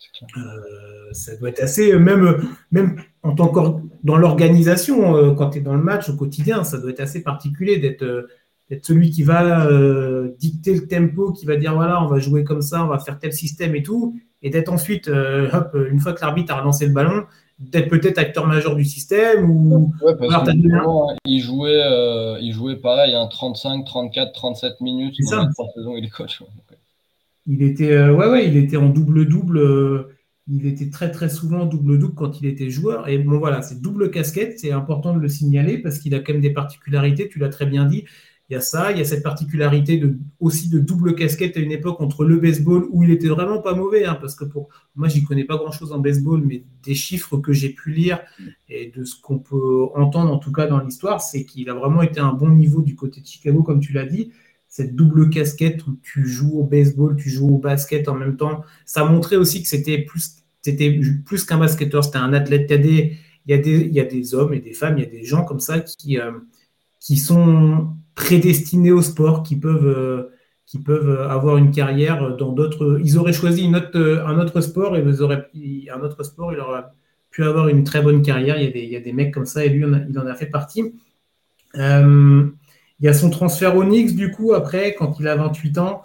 Ça doit être assez, même en tant que dans l'organisation, quand tu es dans le match au quotidien, ça doit être assez particulier d'être celui qui va dicter le tempo, qui va dire voilà, on va jouer comme ça, on va faire tel système et tout, et d'être ensuite, une fois que l'arbitre a relancé le ballon, d'être peut-être acteur majeur du système ou parce que il jouait pareil, 35, 34, 37 minutes dans les 3 saisons, il est coach. Il était, il était en double-double. Il était très très souvent en double-double quand il était joueur. Et bon voilà, c'est double casquette, c'est important de le signaler parce qu'il a quand même des particularités, tu l'as très bien dit. Il y a ça, il y a cette particularité aussi de double casquette à une époque entre le baseball où il était vraiment pas mauvais, hein, parce que moi j'y connais pas grand-chose en baseball, mais des chiffres que j'ai pu lire et de ce qu'on peut entendre en tout cas dans l'histoire, c'est qu'il a vraiment été à un bon niveau du côté de Chicago, comme tu l'as dit. Cette double casquette où tu joues au baseball, tu joues au basket en même temps, ça montrait aussi que c'était plus qu'un basketteur, c'était un athlète. Il y a des hommes et des femmes, il y a des gens comme ça qui sont prédestinés au sport, qui peuvent avoir une carrière dans d'autres. Ils auraient choisi un autre sport et un autre sport, il aurait pu avoir une très bonne carrière. Il y a des mecs comme ça et lui, il en a fait partie. Il y a son transfert au Knicks, du coup, après, quand il a 28 ans,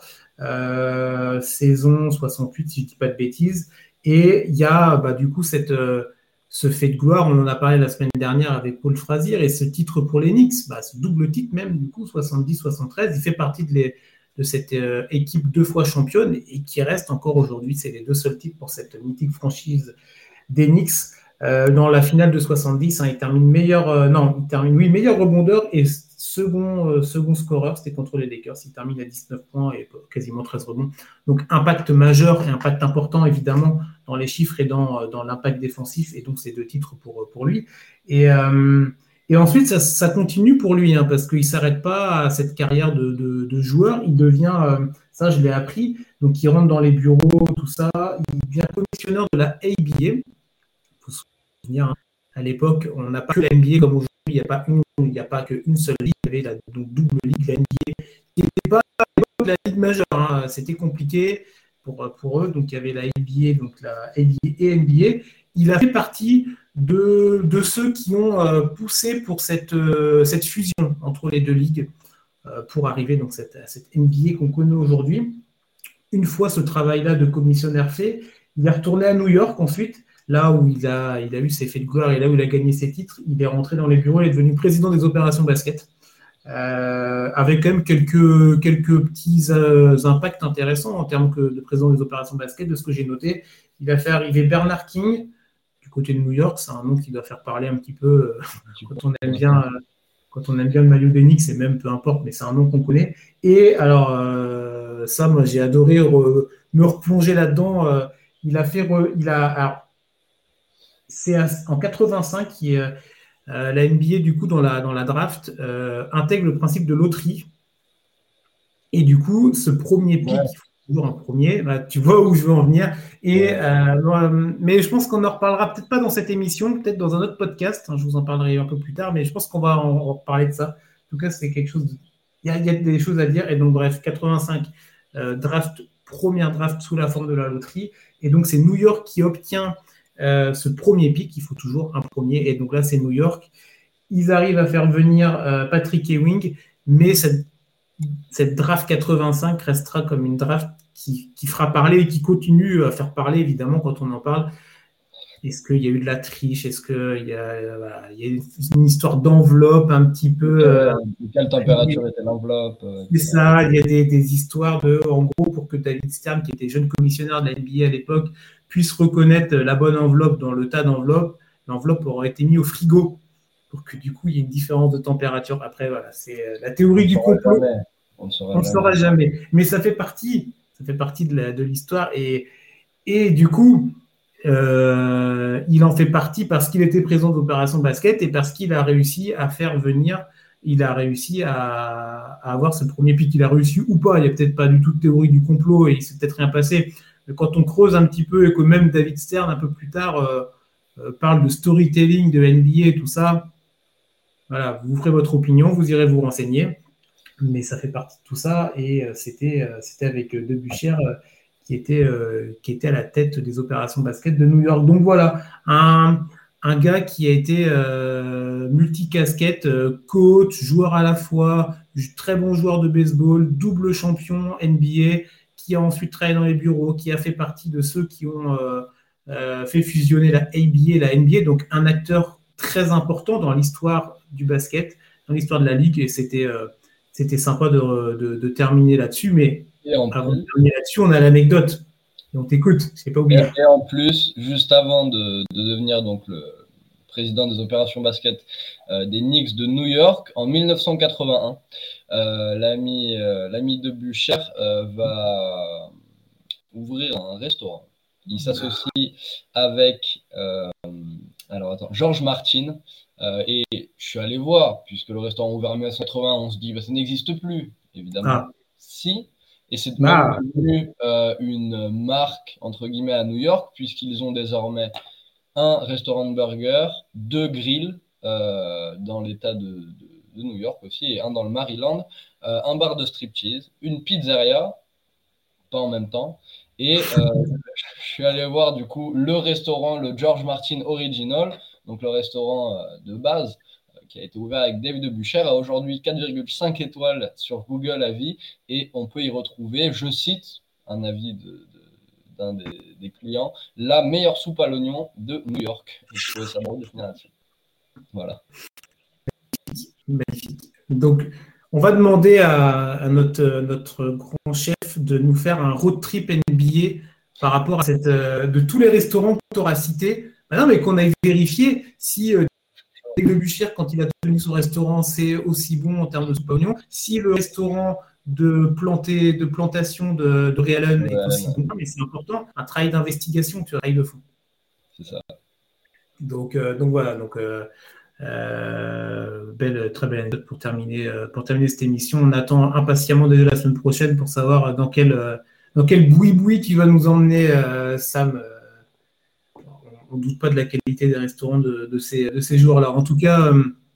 saison 68, si je ne dis pas de bêtises. Et il y a, du coup, ce fait de gloire, on en a parlé la semaine dernière avec Paul Frazier, et ce titre pour les Knicks, ce double titre même, du coup, 70-73, il fait partie de cette équipe 2 fois championne et qui reste encore aujourd'hui. C'est les 2 seuls titres pour cette mythique franchise des Knicks. Dans la finale de 70, il termine meilleur rebondeur et second scoreur, c'était contre les Lakers. Il termine à 19 points et quasiment 13 rebonds. Donc, impact majeur et impact important, évidemment, dans les chiffres et dans l'impact défensif. Et donc, c'est 2 titres pour lui. Et ensuite, ça continue pour lui, hein, parce qu'il ne s'arrête pas à cette carrière de joueur. Il devient, ça je l'ai appris, donc il rentre dans les bureaux, tout ça. Il devient commissionneur de la ABA. Il faut se souvenir, hein, à l'époque, on n'a pas que la NBA comme aujourd'hui. Il n'y a pas qu'une seule ligue. Il y avait la double ligue, la NBA, n'était pas à l'époque de la Ligue majeure. Hein. C'était compliqué pour eux. Donc, il y avait la ABA, donc la ABA et NBA. Il a fait partie de ceux qui ont poussé pour cette fusion entre les deux ligues pour arriver donc, à cette NBA qu'on connaît aujourd'hui. Une fois ce travail-là de commissionnaire fait, il est retourné à New York ensuite, là où il a eu ses faits de gloire et là où il a gagné ses titres. Il est rentré dans les bureaux, il est devenu président des opérations basket, avec quand même quelques petits impacts intéressants en termes de président des opérations basket, de ce que j'ai noté. Il a fait arriver Bernard King du côté de New York, c'est un nom qui doit faire parler un petit peu quand on aime bien le maillot des Knicks, et même peu importe, mais c'est un nom qu'on connaît. Et alors, ça, moi, j'ai adoré me replonger là-dedans. C'est en 85 la NBA, du coup, dans la draft, intègre le principe de loterie. Et du coup, ce premier pick, il faut toujours un premier, bah, tu vois où je veux en venir. Mais je pense qu'on en reparlera peut-être pas dans cette émission, peut-être dans un autre podcast. Hein, je vous en parlerai un peu plus tard, mais je pense qu'on va en reparler de ça. En tout cas, c'est quelque chose. Il y a des choses à dire. Et donc, bref, 85, première draft sous la forme de la loterie. Et donc, c'est New York qui obtient ce premier pick. Il faut toujours un premier. Et donc là, c'est New York. Ils arrivent à faire venir Patrick Ewing, mais cette draft 85 restera comme une draft qui fera parler et qui continue à faire parler, évidemment, quand on en parle. Est-ce qu'il y a eu de la triche? Est-ce qu'il y a une histoire d'enveloppe un petit peu quelle température était l'enveloppe? C'est ça, il y a des histoires en gros, pour que David Stern, qui était jeune commissionnaire de la NBA à l'époque, puisse reconnaître la bonne enveloppe dans le tas d'enveloppes, l'enveloppe aurait été mise au frigo pour que du coup, il y ait une différence de température. Après, voilà, c'est la théorie du complot. On ne saura jamais. Mais ça fait partie de l'histoire. Et du coup, il en fait partie parce qu'il était présent d'Opération Basket et parce qu'il a réussi à faire venir, il a réussi à avoir ce premier pick. Il a réussi ou pas, il n'y a peut-être pas du tout de théorie du complot et il ne s'est peut-être rien passé. Mais quand on creuse un petit peu et que même David Stern, un peu plus tard, parle de storytelling, de NBA et tout ça, voilà, vous ferez votre opinion, vous irez vous renseigner. Mais ça fait partie de tout ça et c'était avec Debuchère qui était à la tête des opérations basket de New York. Donc voilà, un gars qui a été multicasquette, coach, joueur à la fois, très bon joueur de baseball, double champion NBA, qui a ensuite travaillé dans les bureaux, qui a fait partie de ceux qui ont fait fusionner la ABA et la NBA, donc un acteur très important dans l'histoire du basket, dans l'histoire de la ligue, et c'était sympa de terminer là-dessus, mais avant de terminer là-dessus, on a l'anecdote. Et on t'écoute, c'est pas oublié. Et en plus, juste avant de devenir donc le président des opérations basket des Knicks de New York, en 1981, l'ami Debuchère va ouvrir un restaurant. Il s'associe avec George Martin. Et je suis allé voir, puisque le restaurant ouvert en 1980, on se dit ça n'existe plus, évidemment. Si, et c'est devenu une marque, entre guillemets, à New York, puisqu'ils ont désormais un restaurant de burgers, 2 grilles dans l'état de New York aussi, et un dans le Maryland, un bar de striptease, une pizzeria, pas en même temps, et je suis allé voir du coup le restaurant, le George Martin Original, donc le restaurant de base, qui a été ouvert avec Dave Debuchère, a aujourd'hui 4,5 étoiles sur Google Avis, et on peut y retrouver, je cite un avis d'un des clients, la meilleure soupe à l'oignon de New York. Je trouvais ça drôle de finir là-dessus. Voilà. Magnifique. Donc, on va demander à notre grand chef de nous faire un road trip NBA par rapport à de tous les restaurants que tu auras cités. Non, mais qu'on aille vérifier si Debuchère, quand il a tenu son restaurant, c'est aussi bon en termes de soupe à oignon. Si le restaurant de plantation de Ray Allen est aussi bon, mais c'est important, un travail d'investigation, tu travailles de fond. C'est ça. Donc voilà. Très belle anecdote pour terminer cette émission. On attend impatiemment déjà la semaine prochaine pour savoir dans quel boui-boui tu vas nous emmener, Sam. On ne doute pas de la qualité des restaurants de ces jours-là. En tout cas,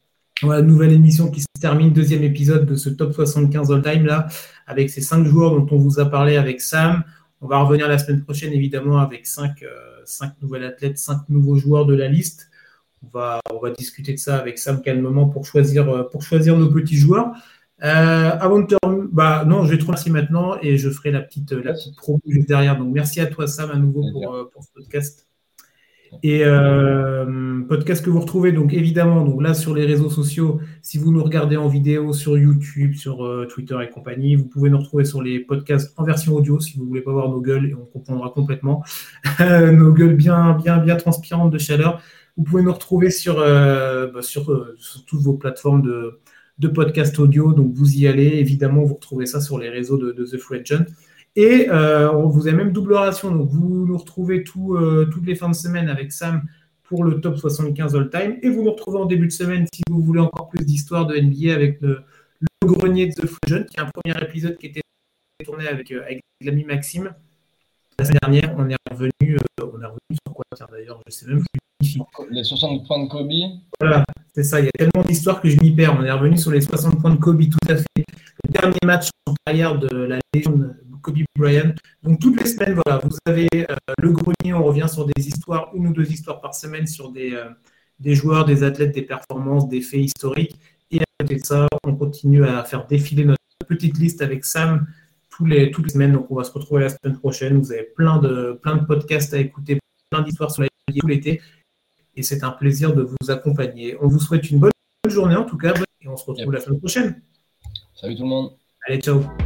Voilà, nouvelle émission qui se termine, deuxième épisode de ce top 75 all-time là, avec ces 5 joueurs dont on vous a parlé avec Sam. On va revenir la semaine prochaine évidemment avec 5 nouvelles athlètes, 5 nouveaux joueurs de la liste. On va discuter de ça avec Sam calmement pour choisir nos petits joueurs. Avant de terminer, non, je vais te remercier maintenant et je ferai la petite promo juste derrière. Donc merci à toi Sam à nouveau pour ce podcast. Et podcast que vous retrouvez donc évidemment donc là sur les réseaux sociaux. Si vous nous regardez en vidéo sur YouTube, sur Twitter et compagnie, vous pouvez nous retrouver sur les podcasts en version audio si vous voulez pas voir nos gueules et on comprendra complètement nos gueules bien transpirantes de chaleur. Vous pouvez nous retrouver sur toutes vos plateformes de podcast audio. Donc vous y allez évidemment, vous retrouvez ça sur les réseaux de The Free Agent. Et on vous a même double ration, donc vous nous retrouvez toutes les fins de semaine avec Sam pour le top 75 all-time, et vous nous retrouvez en début de semaine si vous voulez encore plus d'histoire de NBA avec le grenier de The Free Agent, qui est un premier épisode qui était tourné avec l'ami Maxime. La semaine dernière, on est revenu sur quoi d'ailleurs, je sais même plus. Les 60 points de Kobe. Voilà, c'est ça, il y a tellement d'histoires que je m'y perds. On est revenu sur les 60 points de Kobe, tout à fait. Le dernier match en carrière de la légende Kobe Bryant. Donc toutes les semaines, voilà, vous avez le grenier, on revient sur des histoires, 1 ou 2 histoires par semaine sur des joueurs, des athlètes, des performances, des faits historiques. Et à côté de ça, on continue à faire défiler notre petite liste avec Sam toutes les semaines. Donc on va se retrouver la semaine prochaine. Vous avez plein de podcasts à écouter, plein d'histoires sur la NBA tout l'été. Et c'est un plaisir de vous accompagner. On vous souhaite une bonne journée en tout cas et on se retrouve la semaine prochaine. Salut tout le monde. Allez, ciao.